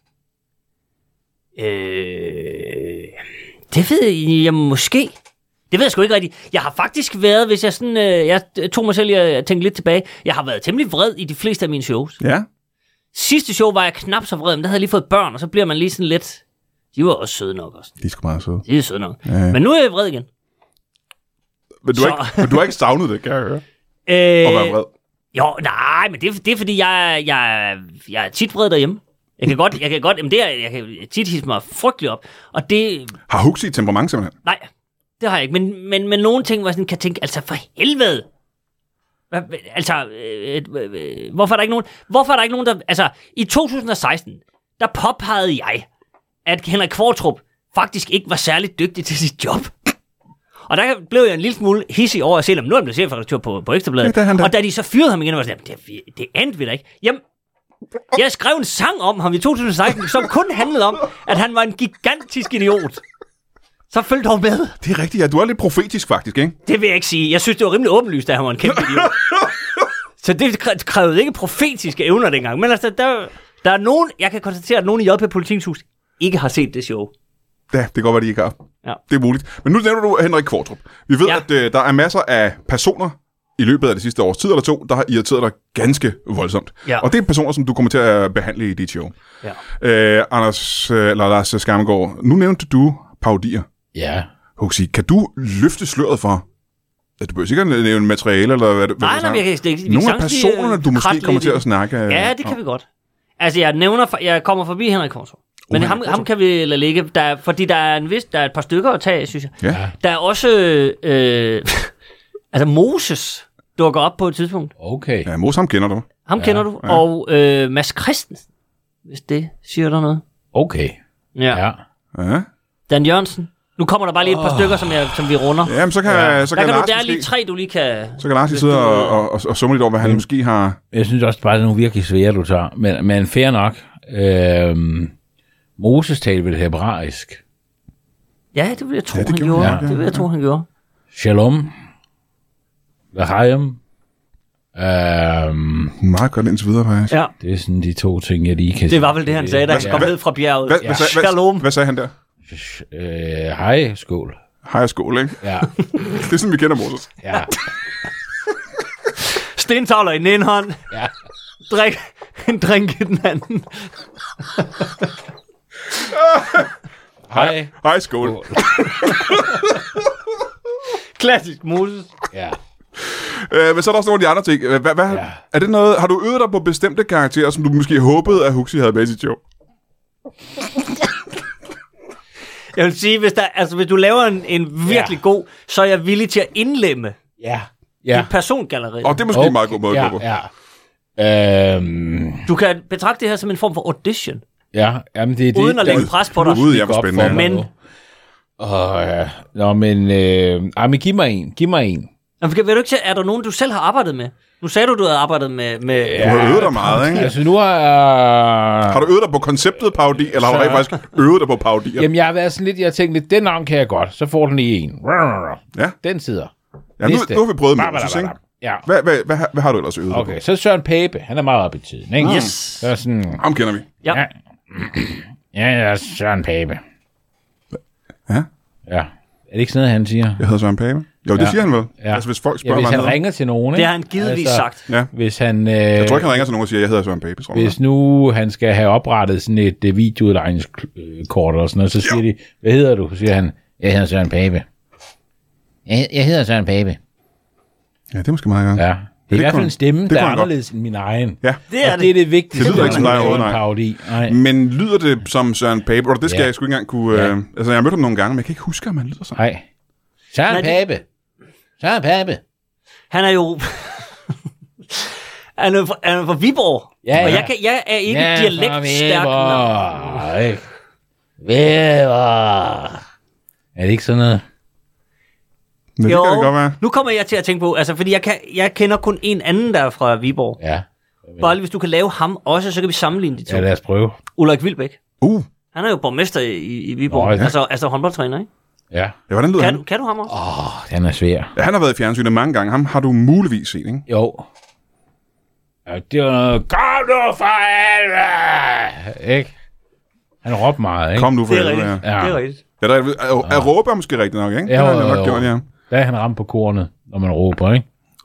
Det ved jeg måske. Det ved jeg sgu ikke rigtigt. Jeg har faktisk været, hvis jeg sådan... jeg tog mig selv i at tænke lidt tilbage. Jeg har været temmelig vred i de fleste af mine shows. Ja. Sidste show var jeg knap så vred, men der havde jeg lige fået børn, og så bliver man lige sådan lidt... De var også søde nok også. De er sgu meget søde. De er søde nok. Ja. Men nu er jeg vred igen. Men du har ikke savnet det, kan jeg høre? At være vred? Jo, nej, men det er fordi, jeg er tit vred derhjemme. Jeg kan godt, jeg kan tit hisse mig frygteligt op. Og det... Har Huxi et temperament simpelthen? Nej, det har jeg ikke. Men nogle ting, hvor jeg sådan kan tænke, altså for helvede. Altså, hvorfor er der ikke nogen, der... Altså, i 2016, der påpegede jeg, at Henrik Qvortrup faktisk ikke var særlig dygtig til sit job. Og der blev jeg en lille smule hissig over at se, om nu er han blevet chefredaktør på Ekstrabladet. Og da de så fyrede ham igen, var jeg sådan, det endte vi da ikke. Jamen, jeg skrev en sang om ham i 2016, som kun handlede om, at han var en gigantisk idiot. Så følg dog med. Det er rigtigt, ja. Du er lidt profetisk faktisk, ikke? Det vil jeg ikke sige. Jeg synes, det var rimelig åbenlyst, at han var en kæmpe idiot. Så det krævede ikke profetiske evner dengang. Men altså, der er nogen, jeg kan konstatere, at nogen i JP Politikens Hus ikke har set det show. Ja, det kan godt være, de ikke har. Ja. Det er muligt. Men nu nævner du Henrik Qvortrup. Vi ved, at der er masser af personer i løbet af det sidste års tid eller to, der har irriteret dig ganske voldsomt. Ja. Og det er personer, som du kommer til at behandle i dit show. Ja. Anders, eller Lars Skammegaard, nu nævnte du parodier. Ja. Huxi, kan du løfte sløret for, at du behøver sikkert nævne materiale, eller hvad nej, jeg kan ikke. Nogle af personerne, du måske kommer til at snakke. Ja, det kan vi godt. Altså, jeg kommer forbi Henrik Qvortrup. Men ham kan vi lade ligge, fordi der er et par stykker at tage, synes jeg. Ja. Der er også, altså Moses dukker op på et tidspunkt. Okay. Ja, Moses, ham kender du. Ham kender du, ja. Og Mads Christensen, hvis det siger der noget. Okay. Ja. Dan Jørgensen. Nu kommer der bare lige et par stykker, som vi runder. Jamen, så kan Lars der er lige 3, du lige kan... Så kan Lars lige sidde og summe lidt over, hvad han måske har... Jeg synes også bare, det er nogle virkelig svære, du tager. Men fair nok. Moses talte vel hebraisk. Ja, det vil jeg tro, han gjorde. Ja. Det vil jeg tro, han gjorde. Shalom. Lahayim. Meget godt indtil videre, faktisk. Ja. Det er sådan de 2 ting, jeg lige kan... Det var vel det, han sagde, da han kom ned fra bjerget. Shalom. Hvad sagde han der? Hej, skål. Hej, skål, ikke? Ja. Det er sådan, vi kender Moses. Ja. Stentavler i den ene hånd. Ja. En drink i den anden. Hej, skål. Klassisk Moses. Ja. Men så er der også nogle af de andre ting. Er det noget, har du øvet dig på bestemte karakterer, som du måske håbede, at Huxi havde med i sit show? Jeg vil sige, hvis du laver en virkelig god, så er jeg villig til at indlemme et persongalleri. Og det er måske en meget god måde at gå på. Ja. Du kan betragte det her som en form for audition. Ja, jamen det er det. Uden at lægge pres på dig. Jeg var spændende. Men giv mig en. Jamen, vil du ikke se, er der nogen, du selv har arbejdet med? Nu sagde du havde arbejdet med... Du har øvet dig meget, ikke? Altså nu har du øvet dig på konceptet parodi, eller har du faktisk øvet dig på parodier? Jamen jeg har været sådan lidt, jeg tænkte lidt, den navn kan jeg godt, så får den i en. Ja. Den sidder. Ja, nu har vi prøvet med Moses, ikke? Ja. Hvad har du ellers øvet dig på? Okay, så Søren Pape, han er meget op i tiden, ikke? Yes. Så er sådan... Ham kender vi. Ja. Ja, Søren Pape. Ja? Ja. Er det ikke sådan noget, han siger? Jeg hedder Søren Pape. Jo, det siger han vel. Ja. Altså, hvis folk spørger, hvis han ringer til nogen, ikke? Det har han givetvis sagt. Ja. Hvis han... jeg tror ikke, han ringer til nogen og siger, jeg hedder Søren Pape. Hvis nu han skal have oprettet sådan et videoudlejningskort eller sådan noget, så siger de, hvad hedder du? Så siger han, jeg hedder Søren Pape. Jeg hedder Søren Pape. Ja, det er måske meget godt. Ja. Det er i hvert fald en stemme, der er anderledes end min egen. Ja. Det er det er det vigtigste. Det lyder ikke som dig overhovedet, parodi. Nej. Men lyder det som Søren Pape? Og det skal jeg sgu ikke engang kunne... altså, jeg har mødt ham nogle gange, men jeg kan ikke huske, om han lyder sådan. Nej. Søren Pape. Søren Pape. Han er jo... han er fra Viborg. Ja. Og jeg er ikke dialektstærk. Nej. Viborg. Er det ikke sådan noget? Men det kan det godt være. Nu kommer jeg til at tænke på, altså, fordi jeg kender kun en anden, der er fra Viborg. Ja. Bare hvis du kan lave ham også, så kan vi sammenligne de to. Ja, lad os prøve. Ulrik Wilbæk. Han er jo borgmester i Viborg. Altså håndboldtræner, ikke? Ja. Hvordan lyder han? Kan du ham også? Den er svær. Ja, han har været i fjernsynet mange gange. Ham har du muligvis set, ikke? Jo. Ja, det var noget... Kom nu for helvede! Ikke? Han råber meget, ikke? Kom nu for helvede, ja. Det er rigtigt. Ja, er råber måske rigtigt nok, ikke? Ja, det har han nok gjort, ja. Der er han ramt på kornet, når man råber, ikke?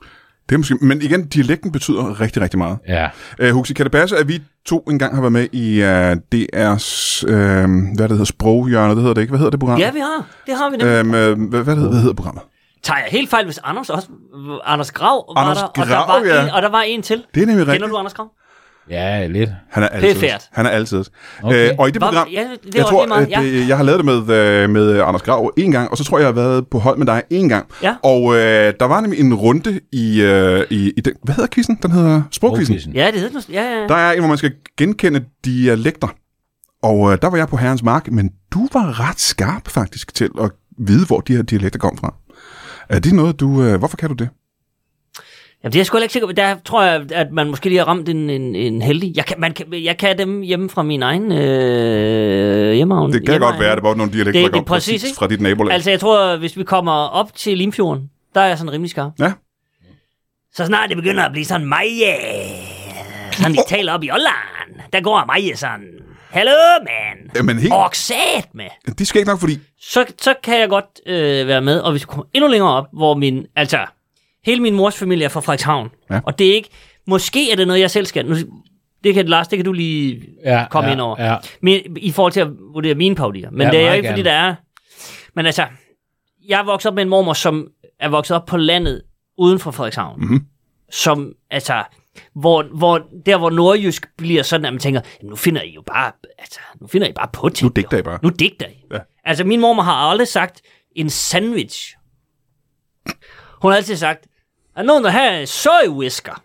Det er måske, men igen, dialekten betyder rigtig, rigtig meget. Ja. Huxi, kan det passe, at vi to engang har været med i DR's, hvad det hedder, sproghjørne, det hedder det ikke? Hvad hedder det program? Ja, vi har. Det har vi nemlig. Hvad hedder programmet? Tager jeg helt fejl, hvis Anders Grav var Anders der, Grav, og der var en til. Det er nemlig rigtigt. Kender du Anders Grav? Ja, lidt. Han er altid. Han er altid. Okay. Og i det program, jeg tror, at jeg har lavet det med Anders Grav en gang, og så tror jeg har været på hold med dig en gang. Ja. Og der var nemlig en runde i den, hvad hedder quizzen? Den hedder sprogquizzen. Ja, det hedder den. Ja. Der er en, hvor man skal genkende dialekter. Og der var jeg på Herrens Mark, men du var ret skarp faktisk til at vide, hvor de her dialekter kom fra. Er det noget, hvorfor kan du det? Jamen, det er jeg sgu ikke sikker på. Der tror jeg, at man måske lige har ramt en heldig. Jeg kan dem hjemme fra min egen hjemmehavn. Det kan godt være, at det var nogle dialekter, der kom præcis fra dit nabolag. Altså, jeg tror, hvis vi kommer op til Limfjorden, der er jeg sådan rimelig skarp. Ja. Så snart det begynder at blive sådan Maja, sådan de taler op i Holland, der går Maja sådan, hallo, man. Jamen, helt... Oksat med. De skal ikke nok, fordi... Så kan jeg godt være med, og hvis vi kommer endnu længere op, hvor hele min mors familie er fra Frederikshavn. Ja. Og det er ikke... Måske er det noget, jeg selv skal... Lars, det kan du lige komme ind over. Ja. Men, i forhold til at vurdere mine paudier. Men det er jo ikke, fordi der er... Men altså... Jeg er vokset op med en mormor, som er vokset op på landet uden for Frederikshavn. Mm-hmm. Som, altså... Hvor nordjysk bliver sådan, at man tænker, nu finder I bare på ting. Nu digter I. Ja. Altså, min mormor har aldrig sagt en sandwich. Hun har altid sagt, er nogen, der har soy-whisker?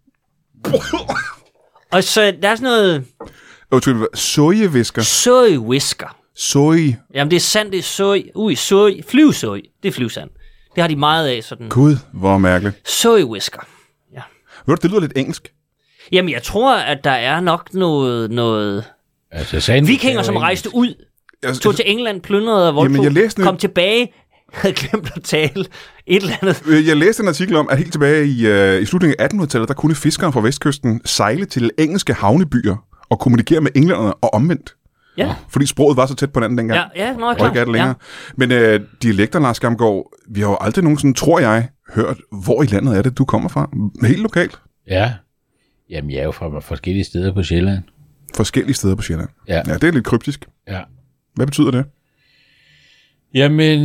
Og så der er sådan noget... Soy-whisker? Soy-whisker. Soy? Jamen, det er sand, det er soy. Soy. Flyvsoy. Det er flyvsand. Det har de meget af, sådan... Gud, hvor mærkeligt. Soy-whisker. Ja. Ved du, det lyder lidt engelsk. Jamen, jeg tror, at der er nok noget... Altså, vikinger, som rejste ud, tog til England, plyndrede og voldtog, kom tilbage... havde glemt at tale et eller andet. Jeg læste en artikel om, at helt tilbage i slutningen af 1800-tallet, der kunne fiskere fra vestkysten sejle til engelske havnebyer og kommunikere med englænderne og omvendt. Ja. Fordi sproget var så tæt på hinanden dengang. Ja, nå, klar. Ikke længere. Ja. Men dialekter, Lars Gamgaard, vi har jo aldrig nogensinde, tror jeg, hørt, hvor i landet er det, du kommer fra? Helt lokalt? Ja. Jamen, jeg er jo fra forskellige steder på Sjælland. Forskellige steder på Sjælland? Ja. Ja, det er lidt kryptisk. Ja. Hvad betyder det? Jamen,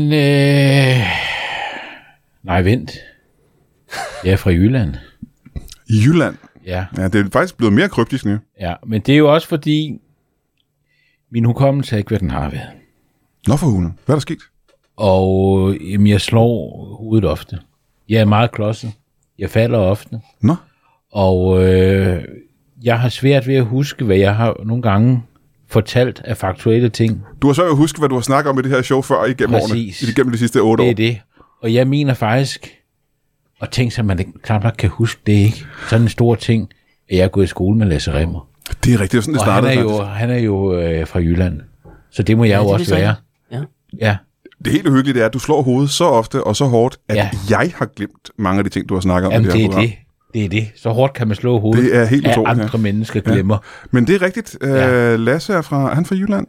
nej, vent. Jeg er fra Jylland. I Jylland? Ja. Ja, det er faktisk blevet mere kryptisk nu. Ja, men det er jo også fordi, min hukommelse er ikke, hvad den har været. Nå for hulen. Hvad er der sket? Og jamen, jeg slår hovedet ofte. Jeg er meget klodset. Jeg falder ofte. Nå. Og jeg har svært ved at huske, hvad jeg har nogle gange fortalt af faktuelle ting. Du har så jo husket, hvad du har snakket om i det her show før igennem årene. Igennem de sidste 8 år. Det er det. Og jeg mener faktisk, og tænk sig, at man knap nok kan huske det, ikke? Sådan en stor ting, at jeg er gået i skole med Lasse Rimmer. Det er rigtigt, det er sådan, det startede. Han er jo fra Jylland, så det må jeg jo også være. Ja. Det helt uhyggelige er, at du slår hovedet så ofte og så hårdt, at jeg har glemt mange af de ting, du har snakket om i det her program. Det er det. Så hårdt kan man slå hovedet, det er helt at andre mennesker glemmer. Ja. Men det er rigtigt. Lasse er han fra Jylland?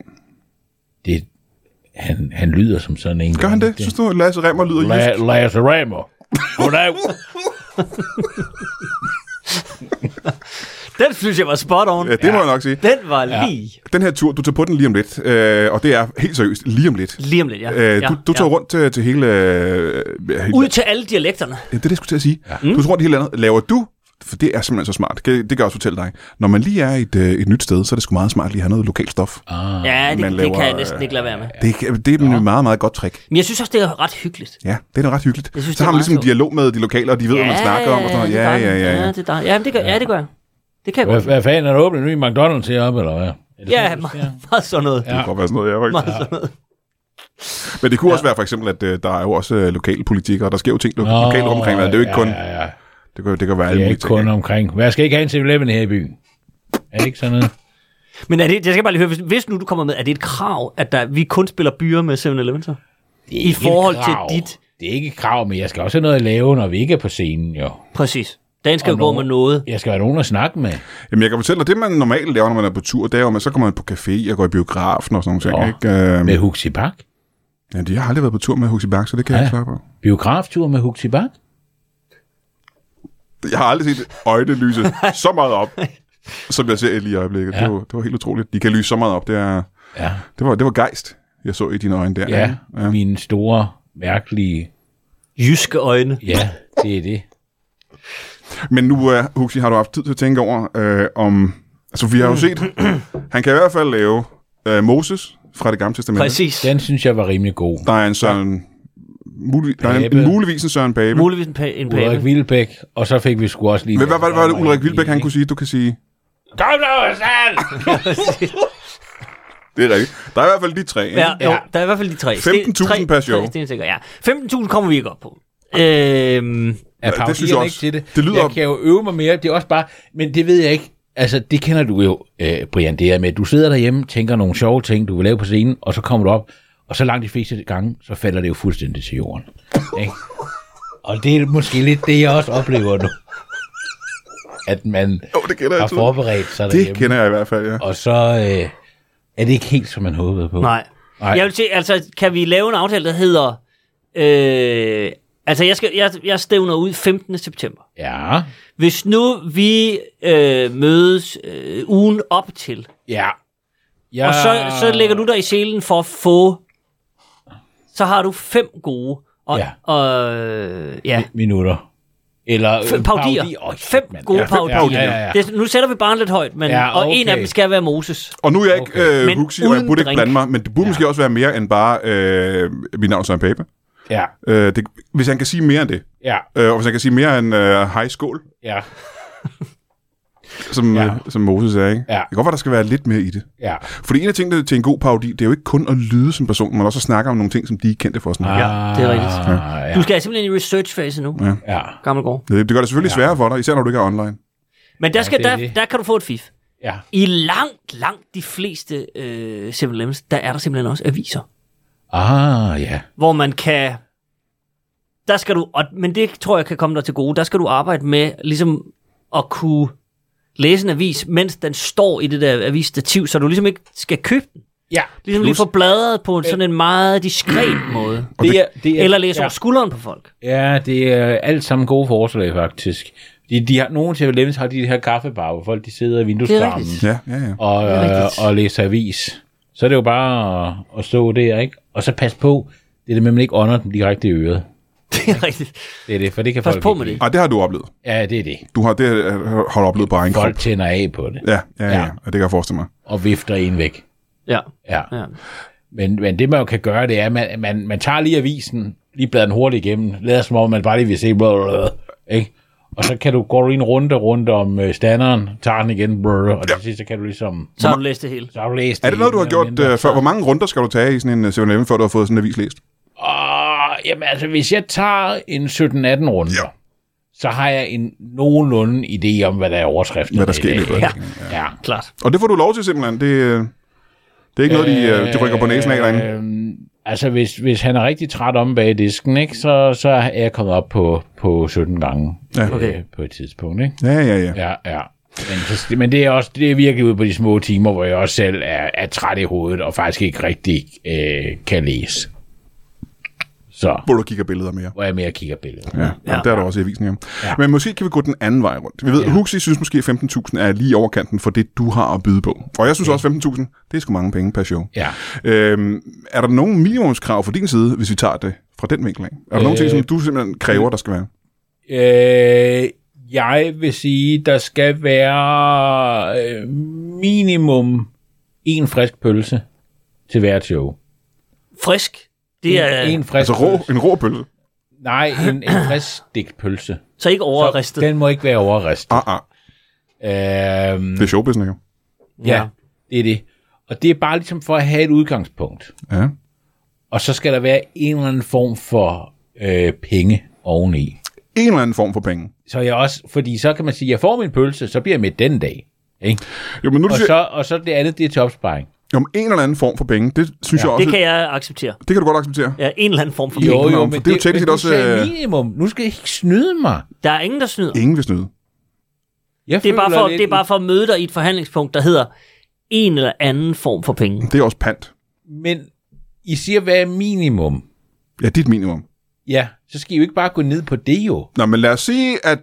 Han lyder som sådan en. Gør han det? Synes du, Lasse Rimmer lyder jysk? Lasse Rimmer. Goddag. Den synes jeg var spot on. Ja, det må jeg nok sige. Den var lige. Den her tur, du tager på den lige om lidt, og det er helt seriøst, lige om lidt. Lige om lidt, ja. Du tager rundt til hele... Ud til alle dialekterne. Ja, det skulle jeg til at sige. Du tager rundt i hele landet. Laver du, for det er simpelthen så smart, det kan jeg også fortælle dig, når man lige er et nyt sted, så er det sgu meget smart lige at have noget lokalt stof. Ja, det kan jeg næsten ikke lade være med. Det er et meget, meget godt trick. Men jeg synes også, det er ret hyggeligt. Ja, det er ret hyggeligt. Synes, så har man ligesom en dialog med de lokale, og de ved, hvad man snakker om. Og sådan noget. Ja, det er ja, det gør jeg. Det kan jeg godt. Hvad fanden er der åbnet en ny McDonald's heroppe, eller hvad? Ja, meget sådan noget. Det kan godt være sådan noget, meget sådan noget. Men det kunne også være for eksempel, at der er jo også lokale politikere, der sker jo ting lokalt omkring, men det er jo ikke kun... Det kan være alle mulige ting. Det er ikke kun omkring. Hvad skal ikke have en 7-Eleven her i byen? Er det ikke sådan noget? Men er det, jeg skal bare lige høre, hvis nu du kommer med, er det et krav, at vi kun spiller byer med 7-Eleven så? I forhold til dit... Det er ikke et krav, men jeg skal også have noget at lave, når vi ikke er på scenen, jo. Præcis. Den skal jo gå med noget. Jeg skal have nogen at snakke med. Jamen, jeg kan fortælle dig, det man normalt laver, når man er på tur, det er jo, så kommer man på café og går i biografen og sådan nogle ting, ikke? Med Huxi Bak? Ja, jeg har aldrig været på tur med Huxi Bak, så det kan jeg ikke svare på. Biograftur med Huxi Bak? Jeg har aldrig set øjne lyse så meget op, som jeg ser lige i øjeblikket. Ja. Det var helt utroligt. De kan lyse så meget op. Det var gejst, jeg så i dine øjne der. Ja, mine store, mærkelige... jyske øjne. Ja, det er det. Men nu, Huxi, har du haft tid til at tænke over, om... Altså, vi har jo set... Han kan i hvert fald lave Moses fra Det Gamle Testamente. Præcis. Den synes jeg var rimelig god. Der er en Søren... muligvis en Søren Pape. Muligvis en Pape. Ulrik Wilbæk, og så fik vi sgu også lige... Men hvad var det Ulrik Wilbæk, han kunne sige? Du kan sige... Kom nu, Sand! Det er rigtigt. Der er i hvert fald de tre, ikke? Ja, jo, der er i hvert fald de tre. 15.000 per show. Ja. 15.000 kommer vi ikke op på. Det synes jeg også. Ikke til det. Det lyder... Jeg kan jo øve mig mere, det er også bare... Men det ved jeg ikke. Altså, det kender du jo, Brian, det er med, du sidder derhjemme, tænker nogle sjove ting, du vil lave på scenen, og så kommer du op, og så langt de fleste gange, så falder det jo fuldstændig til jorden. Ikke? Og det er måske lidt det, jeg også oplever nu. At man har forberedt sig derhjemme. Det kender jeg i hvert fald, ja. Og så er det ikke helt, som man håbede på. Nej. Jeg vil sige, altså, kan vi lave en aftale, der hedder... jeg stævner ud 15. september. Ja. Hvis nu vi mødes ugen op til, ja. Og så lægger du dig i selen for at få, så har du 5 gode minutter. Eller paudier. 5 gode paudier. Ja. Nu sætter vi barnet lidt højt, men, og en af dem skal være Moses. Og nu er jeg ikke Huxi, og jeg burde ikke blande mig, men det burde måske også være mere end bare mit navn Søren Pape. Ja. Hvis han kan sige mere end det. Ja. Og hvis han kan sige mere end hej skål. Ja. Som Moses er, ikke? Ja. Det kan godt være, der skal være lidt mere i det. Ja. Fordi en af tingene til en god parodi, det er jo ikke kun at lyde som person, men også at snakke om nogle ting, som de er kendte for at snakke. Ja, det er rigtigt. Ja. Du skal simpelthen i research-fase nu. Ja. Gammelgård. Det gør det selvfølgelig sværere for dig, især når du ikke er online. Men der kan du få et fif. Ja. I langt de fleste 7-Elevens, der er der simpelthen også aviser. Ja. Hvor man kan... Der skal du... Men det tror jeg kan komme dig til gode. Der skal du arbejde med ligesom at kunne læse en avis, mens den står i det der avisstativ, så du ligesom ikke skal købe den. Ja. Ligesom lige få bladret på sådan en meget diskret måde. Det er, eller læse over skulderen på folk. Ja, det er alt sammen gode forslag, faktisk. De har, nogle til Levens har de her kaffebar, hvor folk de sidder i vindueskarmen og læser avis. Så er det jo bare at stå der, ikke? Og så pas på, det er det med, at man ikke ånder dem direkte i øret. Det er rigtigt. Det er det, for det kan pas folk på med det. Det har du oplevet. Ja, det er det. Du har oplevet på egen krop. Folk tænder af på det. Ja, det kan jeg forestille mig. Og vifter en væk. Ja. Men det man jo kan gøre, det er, at man tager lige avisen, lige bladrer den hurtigt igennem, lader som om man bare lige vil se, ikke? Og så kan du gå en rundt om standeren, tager den igen, og til sidst så kan du ligesom... Så har du læst det hele. Er det noget, du har gjort før? Hvor mange runder skal du tage i sådan en 7-Eleven, før du har fået sådan en avis læst? Jamen altså, hvis jeg tager en 17-18 runder, så har jeg en nogenlunde idé om, hvad der er overskriften. Hvad der sker i løbet. Ja, klart. Og det får du lov til simpelthen. Det er ikke noget, de rykker på næsen af derinde. Altså, hvis han er rigtig træt om bag disken, ikke, så er jeg kommet op på 17 gange på et tidspunkt. Ikke? Ja. Men det er virkelig ude på de små timer, hvor jeg også selv er træt i hovedet, og faktisk ikke rigtig kan læse. Så. Hvor du kigger billeder mere. Hvor jeg mere kigger billeder. Ja. Der er der også i avisen her. Ja. Men måske kan vi gå den anden vej rundt. Vi ved, Huxi synes måske 15.000 er lige overkanten for det, du har at byde på. Og jeg synes også 15.000, det er sgu mange penge per show. Ja. Er der nogen minimumskrav fra din side, hvis vi tager det fra den vinkel af? Er der nogle ting, som du simpelthen kræver, der skal være? Jeg vil sige, der skal være minimum 1 frisk pølse til hvert show. Frisk? Det er en frisk en rå pølse? Nej, en frisk stegt pølse. Så ikke overristet? Den må ikke være overristet. Det er showbusiness, jo. Ja, det er det. Og det er bare ligesom for at have et udgangspunkt. Ja. Og så skal der være en eller anden form for penge oveni. En eller anden form for penge. Så jeg også, fordi så kan man sige, at jeg får min pølse, så bliver jeg med den dag. Ikke? Jo, men nu og så det andet, det er til opsparing. Jo, men en eller anden form for penge, det synes jeg også... Det kan jeg acceptere. Det kan du godt acceptere? Ja, en eller anden form for penge. Jo, men det er jo teknisk også... minimum. Nu skal jeg ikke snyde mig. Der er ingen, der snyder. Ingen vil snyde. Det er bare for at møde dig i et forhandlingspunkt, der hedder en eller anden form for penge. Det er også pant. Men I siger, hvad er minimum? Ja, dit minimum. Ja, så skal I jo ikke bare gå ned på det jo. Nå, men lad os sige, at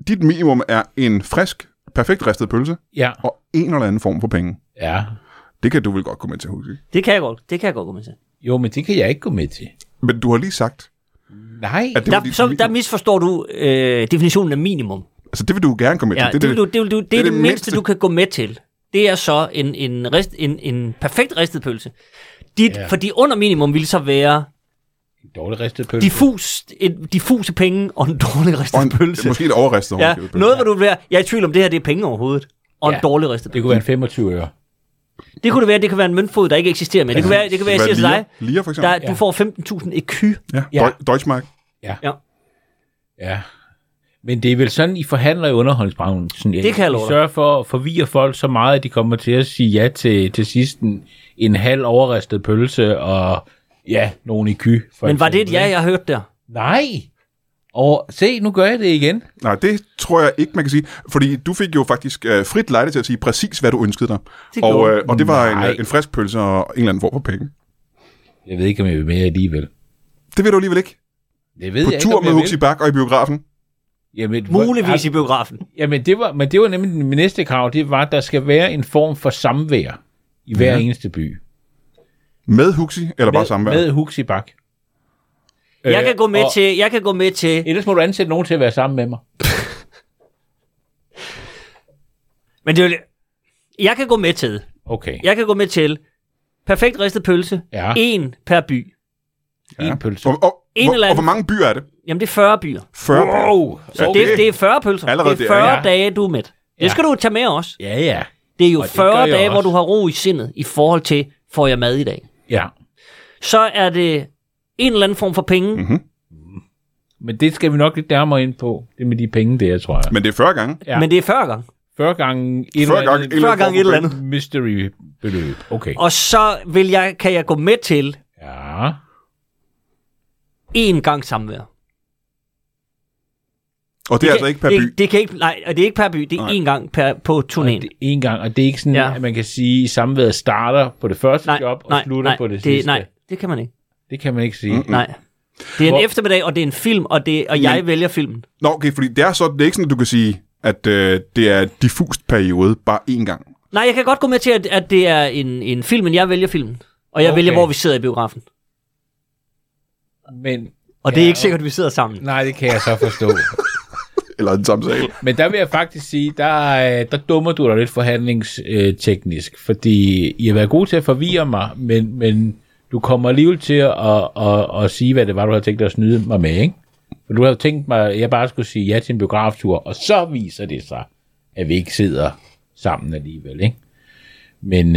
dit minimum er en frisk, perfekt ristet pølse, og en eller anden form for penge. Ja. Det kan du vel godt gå med til, Huxi? Det kan jeg godt gå med til. Jo, men det kan jeg ikke gå med til. Men du har lige sagt... Nej. Der misforstår du definitionen af minimum. Altså, det vil du gerne gå med til. Det er det mindste, du kan gå med til. Det er så en perfekt ristet pølse. Fordi under minimum vil så være... En dårlig ristet pølse. Diffuse penge og en dårlig ristet pølse. Måske et overristet pølse. Noget, hvor du vil være... Jeg er i tvivl om, det her det er penge overhovedet. Og en dårlig ristet pølse. Det kunne være en 25 øre. Det kunne det være, det kan være en møntfod, der ikke eksisterer mere. Det kunne være, jeg siger til dig, Lier, for eksempel. du får 15.000 EQ. Ja, Deutschmark. Ja. Men det er vel sådan, I forhandler i underholdningsbranchen. Det kan jeg love dig. I sørger for at forvirre folk så meget, at de kommer til at sige ja til sidst en halv overristet pølse og nogen EQ. Men var det et jeg hørte der? Nej. Og se, nu gør jeg det igen. Nej, det tror jeg ikke, man kan sige. Fordi du fik jo faktisk frit lejde til at sige præcis, hvad du ønskede dig. Og det var en frisk pølse og en eller anden form for penge. Jeg ved ikke, om jeg vil med alligevel. Det ved du alligevel ikke? Det ved på jeg tur ikke, med Huxi Bach og i biografen? Jamen, muligvis i biografen. Jamen, det var nemlig min næste krav. Det var, at der skal være en form for samvær i hver eneste by. Med Huxi, eller bare samvær? Med Huxi Bach. Jeg kan gå med til... Ellers må du ansætte nogen til at være sammen med mig. Men det er jo... Jeg kan gå med til... Okay. Jeg kan gå med til perfekt ristet pølse. En per by. En pølse. Og hvor mange byer er det? Jamen, det er 40 byer. 40 byer? Wow. Så okay. det er 40 pølser. Allerede det er 40 dage, du er med. Det skal du tage med også. Ja. Det er jo 40 dage, hvor du har ro i sindet i forhold til, får jeg mad i dag? Ja. Så er det en eller anden form for penge. Mm-hmm. Men det skal vi nok lidt nærmere ind på. Det med de penge der, tror jeg. Men det er 40 gange? Ja. Men det er 40 gange. 40 gange et eller andet. Mystery beløb. Okay. Og så kan jeg gå med til en gang samvær. Og det er altså ikke per by? Det er ikke per by. Det er en gang på turnéen. En gang, og det er ikke sådan, at man kan sige, at samværet starter på det første job og slutter på det sidste. Nej, det kan man ikke. Det kan man ikke sige. Mm-hmm. Nej. Det er en eftermiddag, og det er en film, og jeg vælger filmen. Nå, okay, fordi det er ikke sådan, at du kan sige, at det er diffust periode, bare én gang. Nej, jeg kan godt gå med til, at det er en film, men jeg vælger filmen. Og jeg vælger, hvor vi sidder i biografen. Og det er ikke sikkert, at vi sidder sammen. Nej, det kan jeg så forstå. Eller en samtale. Men der vil jeg faktisk sige, der dummer du dig lidt forhandlingsteknisk, fordi I har været gode til at forvirre mig, men du kommer alligevel til at sige, hvad det var, du havde tænkt dig at snyde mig med, ikke? For du havde tænkt mig, at jeg bare skulle sige ja til en biograftur, og så viser det sig, at vi ikke sidder sammen alligevel, ikke? Men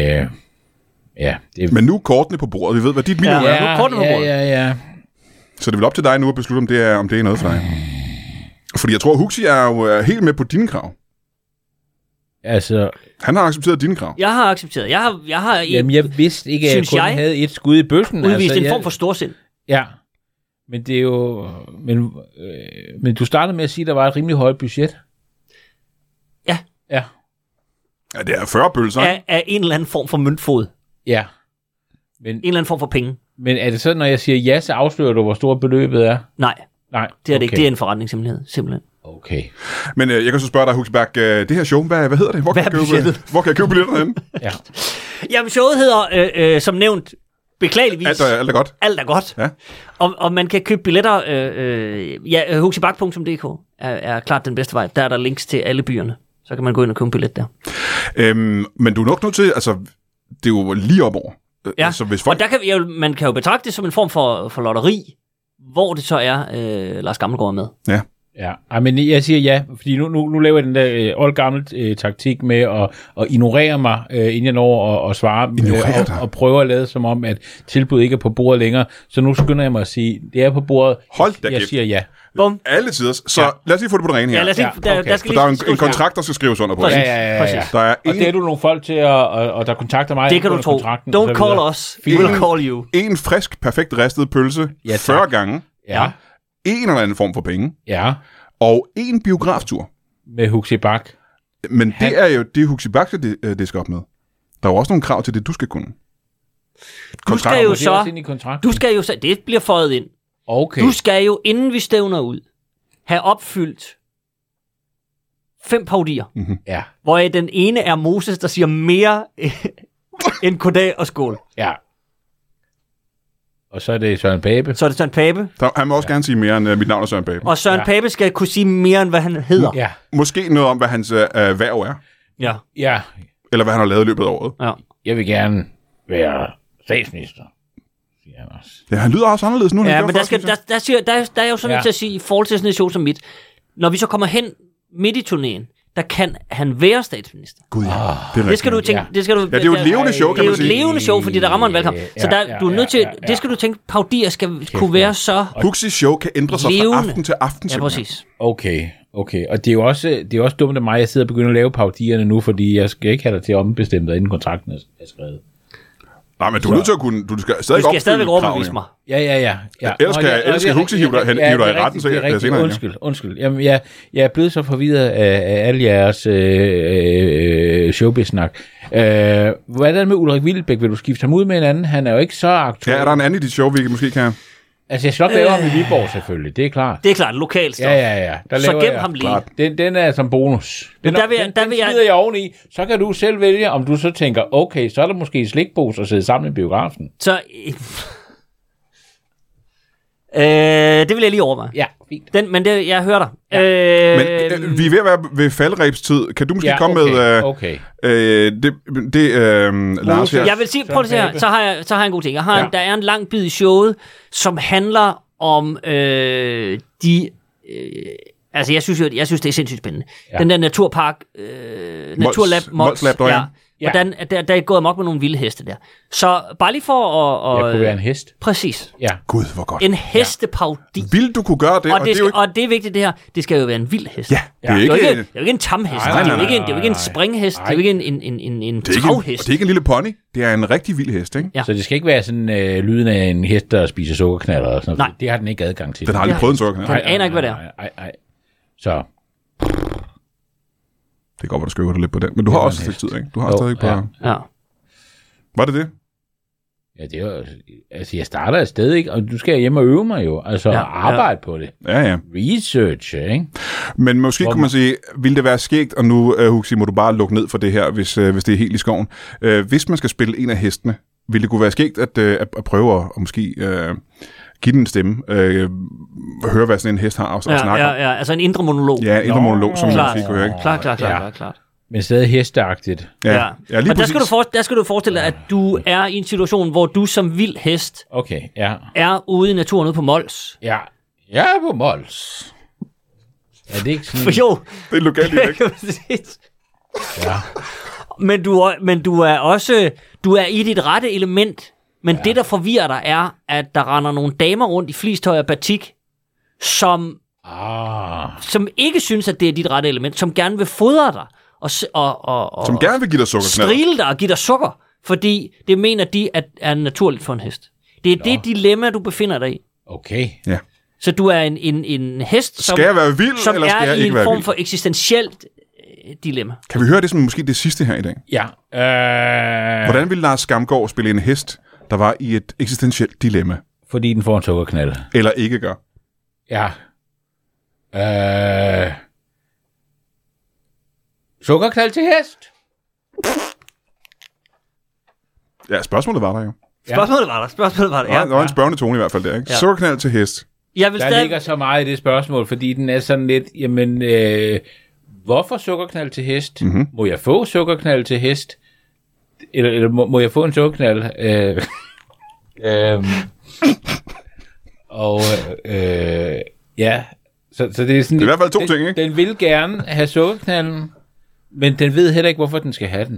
Men nu er kortene på bordet, vi ved, hvad dit minimum er. Nu er kortene på bordet. Ja. Så det er vel op til dig nu at beslutte, om det er noget for dig. Fordi jeg tror, Huxi er jo helt med på dine krav. Altså... Han har accepteret dine krav. Jeg har accepteret. Jeg vidste ikke, at jeg kun havde et skud i bøssen. Udvist en form for storsind. Ja. Men det er jo... Men du startede med at sige, at der var et rimelig højt budget. Ja. Ja, det er 40 pølser. Af en eller anden form for møntfod. Ja. En eller anden form for penge. Men er det sådan, når jeg siger ja, så afslører du, hvor stort beløbet er? Nej, det er det ikke. Det er en forretningshemmelighed, simpelthen. Okay. Men jeg kan så spørge dig, Huxi Bach, det her show, hvad hedder det? Hvor kan jeg købe billetterne henne? Ja. Jamen, showet hedder, som nævnt, beklageligvis... Alt er godt. Alt er godt. Ja. Og man kan købe billetter... huxibach.dk er klart den bedste vej. Der er der links til alle byerne. Så kan man gå ind og købe en billet der. Men du er nok nødt til... Altså, det er jo lige op over. Ja, så hvis folk... og man kan jo betragte det som en form for lotteri, hvor det så er Lars Gammelgaard med. Ja. Ja, men jeg siger ja, fordi nu laver jeg den der oldgammel taktik med at ignorere mig, inden jeg når at svare, og prøve at lade som om, at tilbuddet ikke er på bordet længere. Så nu skynder jeg mig at sige, det er på bordet. Hold da jeg siger ja. Bum. Alle tider. Så lad os lige få det på det rene her. Ja, der skal der er en kontrakt, der skal skrives under på. Præcis. Ja. Der er og det er du nogle folk til, og der kontakter mig. Det kan du tro. Don't call us. We will call you. En frisk, perfekt ristet pølse 40 gange. Ja. En eller anden form for penge. Ja. Og en biograftur. Med Huxi Bach. Men det er jo det, Huxi Bach det skal op med. Der er jo også nogle krav til det, du skal kunne. Du skal jo så, det bliver føjet ind. Okay. Du skal jo, inden vi stævner ud, have opfyldt 5 parodier. Mm-hmm. Ja. Hvor den ene er Moses, der siger mere end goddag og skål. Ja. Og så er det Søren Pape. Så er det Søren Pape. Han må også gerne sige mere end mit navn er Søren Pape. Og Søren Pape skal kunne sige mere end hvad han hedder. Ja. Måske noget om, hvad hans værv er. Ja. Ja. Eller hvad han har lavet i løbet af året. Ja. Jeg vil gerne være statsminister. Ja, han lyder også anderledes nu. Ja, men der er jo sådan noget til at sige, i forhold til sådan et show som mit, når vi så kommer hen midt i turnéen, der kan han være statsminister. Gud, ja. Det skal du tænke. Ja. Det skal du, det er jo et levende show, kan man sige. Det er jo et levende show, fordi der rammer en valgkamp. Så du er nødt til, det skal du tænke, parodier skal kunne være så Huxis show kan ændre sig fra aften til aften. Ja, præcis. Okay. Og det er jo også dumt af mig, at jeg sidder og begynder at lave parodierne nu, fordi jeg skal ikke have dig til at ombestemme dig, inden kontrakten er skrevet. Nej, men du er nødt til at kunne... Du skal stadigvæk overbevise mig. Ja. Ellers skal Huxi hive dig i retten senere. Undskyld. Jamen, jeg er blevet så forvirret af alle jeres showbiz-snak. Hvad er det med Ulrik Wilbæk? Vil du skifte ham ud med en anden? Han er jo ikke så aktuel. Ja, er der en anden i dit show, vi måske kan... Altså, jeg skal nok lave ham i Viborg, selvfølgelig. Det er klart. Det er klart, lokalt stof. Ja. Så gem ham lige. Den er som bonus. Den smider jeg oveni. Så kan du selv vælge, om du så tænker, okay, så er der måske en slikpose at sidde sammen i biografen. Så... det vil jeg lige overveje. Ja, fint. Men jeg hører dig. Ja. Men vi er ved at være ved faldrebstid. Kan du måske komme med... Okay. Lars her. Jeg vil sige, prøv at se her, så har jeg en god ting. Der er en lang bid i showet, som handler om altså jeg synes det er sindssygt spændende. Ja. Den der naturpark, Naturlab Mols. Ja. Hvordan der er gået amok med nogle vilde heste der. Så bare lige for at... Jeg kunne være en hest. Præcis. Ja. Gud, hvor godt. En hesteparodi. Vil du kunne gøre det? Og det er vigtigt det her. Det skal jo være en vild hest. Ja, det er jo ikke en tamhest. Det er jo ikke en springhest. Det er jo ikke en travhest. Det er ikke en lille pony. Det er en rigtig vild hest, ikke? Ja. Så det skal ikke være sådan lyden af en hest, der spiser sukkerknaller og sådan noget. Nej. Det har den ikke adgang til. Den har aldrig prøvet en sukkerknaller. Den aner ikke, hvad det er. Nej. Så... Det går, hvor du skal øve dig lidt på den. Men du har også lidt tid, ikke? Du har stadig på... Ja. Var det? Ja, det er jo... Altså, jeg starter et sted, ikke? Og du skal hjem og øve mig jo. Altså, arbejde på det. Ja. Research, ikke? Men måske kunne man sige, ville det være skægt, og nu, Huxi, må du bare lukke ned for det her, hvis det er helt i skoven. Hvis man skal spille en af hestene, ville det kunne være skægt at prøve at måske... give den en stemme, høre, hvad sådan en hest har og snakke om. Ja, altså en indre monolog. Ja, en indre monolog, som man fik høre. Klart. Men stadig hesteagtigt. Ja, lige og der skal du forestille dig, at du er i en situation, hvor du som vild hest er ude i naturen ude på Mols. Ja, jeg er på Mols. Er det ikke sådan? Jo. Det er lokalt, ikke? Ja. Men du er også, du er i dit rette element. Men det, der forvirrer dig, er, at der render nogle damer rundt i flistøj og batik, som ikke synes, at det er dit rette element, som gerne vil fodre dig. Og som gerne vil give dig sukkerknaller. Strile dig og give dig sukker, fordi det mener de, at er naturligt for en hest. Det er det dilemma, du befinder dig i. Okay. Ja. Så du er en hest, som, skal jeg være vild, som eller skal er jeg i ikke en være form vild? for eksistentielt dilemma. Kan vi høre det som måske det sidste her i dag? Ja. Hvordan ville Lars Skamgaard spille en hest, der var i et eksistentielt dilemma? Fordi den får en sukkerknald. Eller ikke gør. Ja. Sukkerknald til hest? Ja, spørgsmålet var der jo. Spørgsmålet var der. Ja. Der var en spørgende tone i hvert fald der, ikke? Ja. Sukkerknald til hest. Der ligger så meget i det spørgsmål, fordi den er sådan lidt, jamen, hvorfor sukkerknald til hest? Mm-hmm. Må jeg få sukkerknald til hest? Eller må jeg få en sukkerknald? Ja, så det er sådan... Det er i hvert fald to ting, ikke? Den vil gerne have sukkerknalden, men den ved heller ikke, hvorfor den skal have den.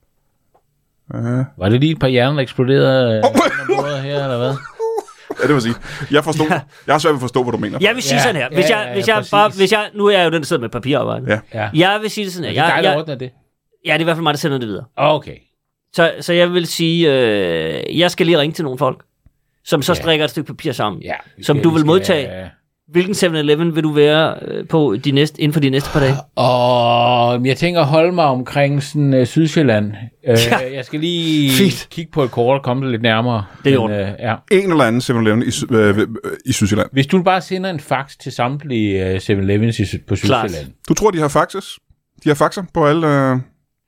Var det lige et par hjerner, der eksploderede her, eller hvad? Ja, det vil sige. Jeg har svært ved at forstå, hvad du mener. Jeg vil sige sådan her. Hvis jeg nu er jeg jo den, der sidder med papirarbejde. Ja. Jeg vil sige det sådan her. Det er dig, der ordner det. Ja, det er i hvert fald mig, der sender det videre. Okay. Så jeg vil sige, jeg skal lige ringe til nogle folk, som så strikker et stykke papir sammen, som du vil modtage. Hvilken 7-Eleven vil du være på inden for de næste par dage? Jeg tænker at holde mig omkring sådan Sydsjælland. Jeg skal lige kigge på et kort og komme det lidt nærmere. Det er en eller anden 7-Eleven i Sydsjælland. Hvis du bare sender en fax til samtlige 7-Elevens på Sydsjælland. Du tror, de har faxes? De har faxer på alle...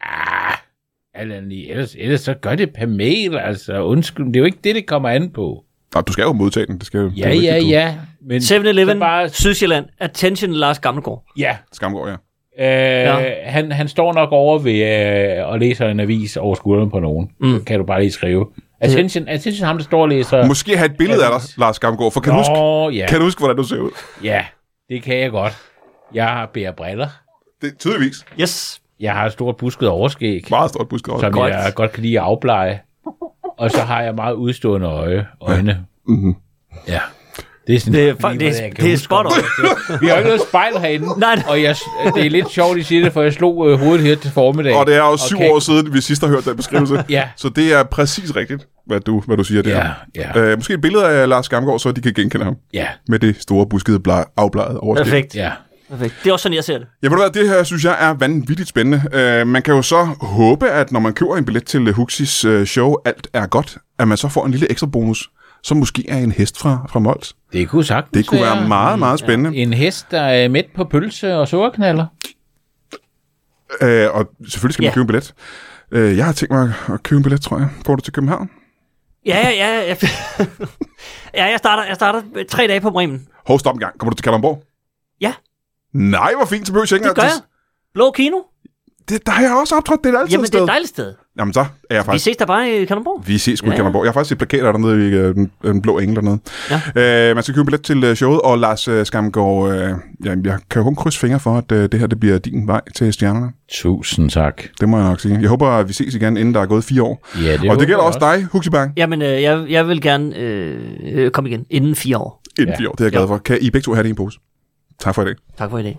Ellers så gør det per mail, altså. Undskyld, det er jo ikke det kommer an på. Nå, du skal jo modtage den. Det skal Ja. Men 7-Eleven, bare... Sydsjælland, attention Lars Gammelgaard. Ja. Skamgaard, ja. Han står nok over ved at læse en avis over skulderen på nogen. Kan du bare lige skrive. Attention ham, der står og læser... Måske have et billede af dig, Lars Gammelgaard, for kan du huske, hvordan du ser ud? Ja, det kan jeg godt. Jeg bærer briller. Det tydeligvis. Yes. Jeg har et stort busket overskæg. Meget stort busket overskæg. Som jeg godt kan lide at afblege. Og så har jeg meget udstående øjne. Mm-hmm. Ja. Det er sådan, det er spot on. Vi har jo ikke noget spejl herinde. Nej. Og det er lidt sjovt, I siger det, for jeg slog hovedet her til formiddag. Og det er jo 7 år siden, vi sidst har hørt den beskrivelse. Ja. Så det er præcis rigtigt, hvad du siger der. Ja. Måske et billede af Lars Gammelgaard, så de kan genkende ham. Ja. Med det store buskede afbladet overskæg. Perfekt. Ja. Perfekt. Det er også sådan, jeg ser det. Ja, ved du hvad, det her synes jeg er vanvittigt spændende. Man kan jo så håbe, at når man køber en billet til Huxis show, alt er godt, at man så får en lille ekstra bonus, som måske er en hest fra Mols. Det kunne sagtens Det kunne være meget, meget spændende. En hest, der er mæt på pølse og sukkerknaller. Og selvfølgelig skal man købe en billet. Jeg har tænkt mig at købe en billet, tror jeg. Går du til København? Ja. Jeg starter 3 dage på Bremen. Stop en gang. Kommer du til Kalundborg? Ja. Nej, hvor fint, så behøver jeg ikke. Det gør jeg. Blå Kino. Der har jeg også optrådt. Det er altid Jamen, det er et dejligt sted. Jamen, så er jeg faktisk... Vi ses der bare i Kalundborg. Vi ses sgu i Kalundborg. Jeg har faktisk set plakater dernede i den blå engel dernede. Ja. Man skal købe billet til showet, og Lars Skamgaard, jeg kan jo kun krydse fingre for, at det her det bliver din vej til stjernerne. Tusind tak. Det må jeg nok sige. Jeg håber, at vi ses igen, inden der er gået 4 år. Ja, og det gælder også dig, Huxi Bang. Jamen, jeg vil gerne komme igen inden 4 år. Inden 4 år, det er jeg glad for. Kan I begge to have det i en pose? Tak for i dag. Tak for i dag.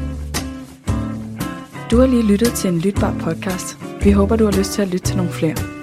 Du har lige lyttet til en lytbar podcast. Vi håber, du har lyst til at lytte til nogle flere.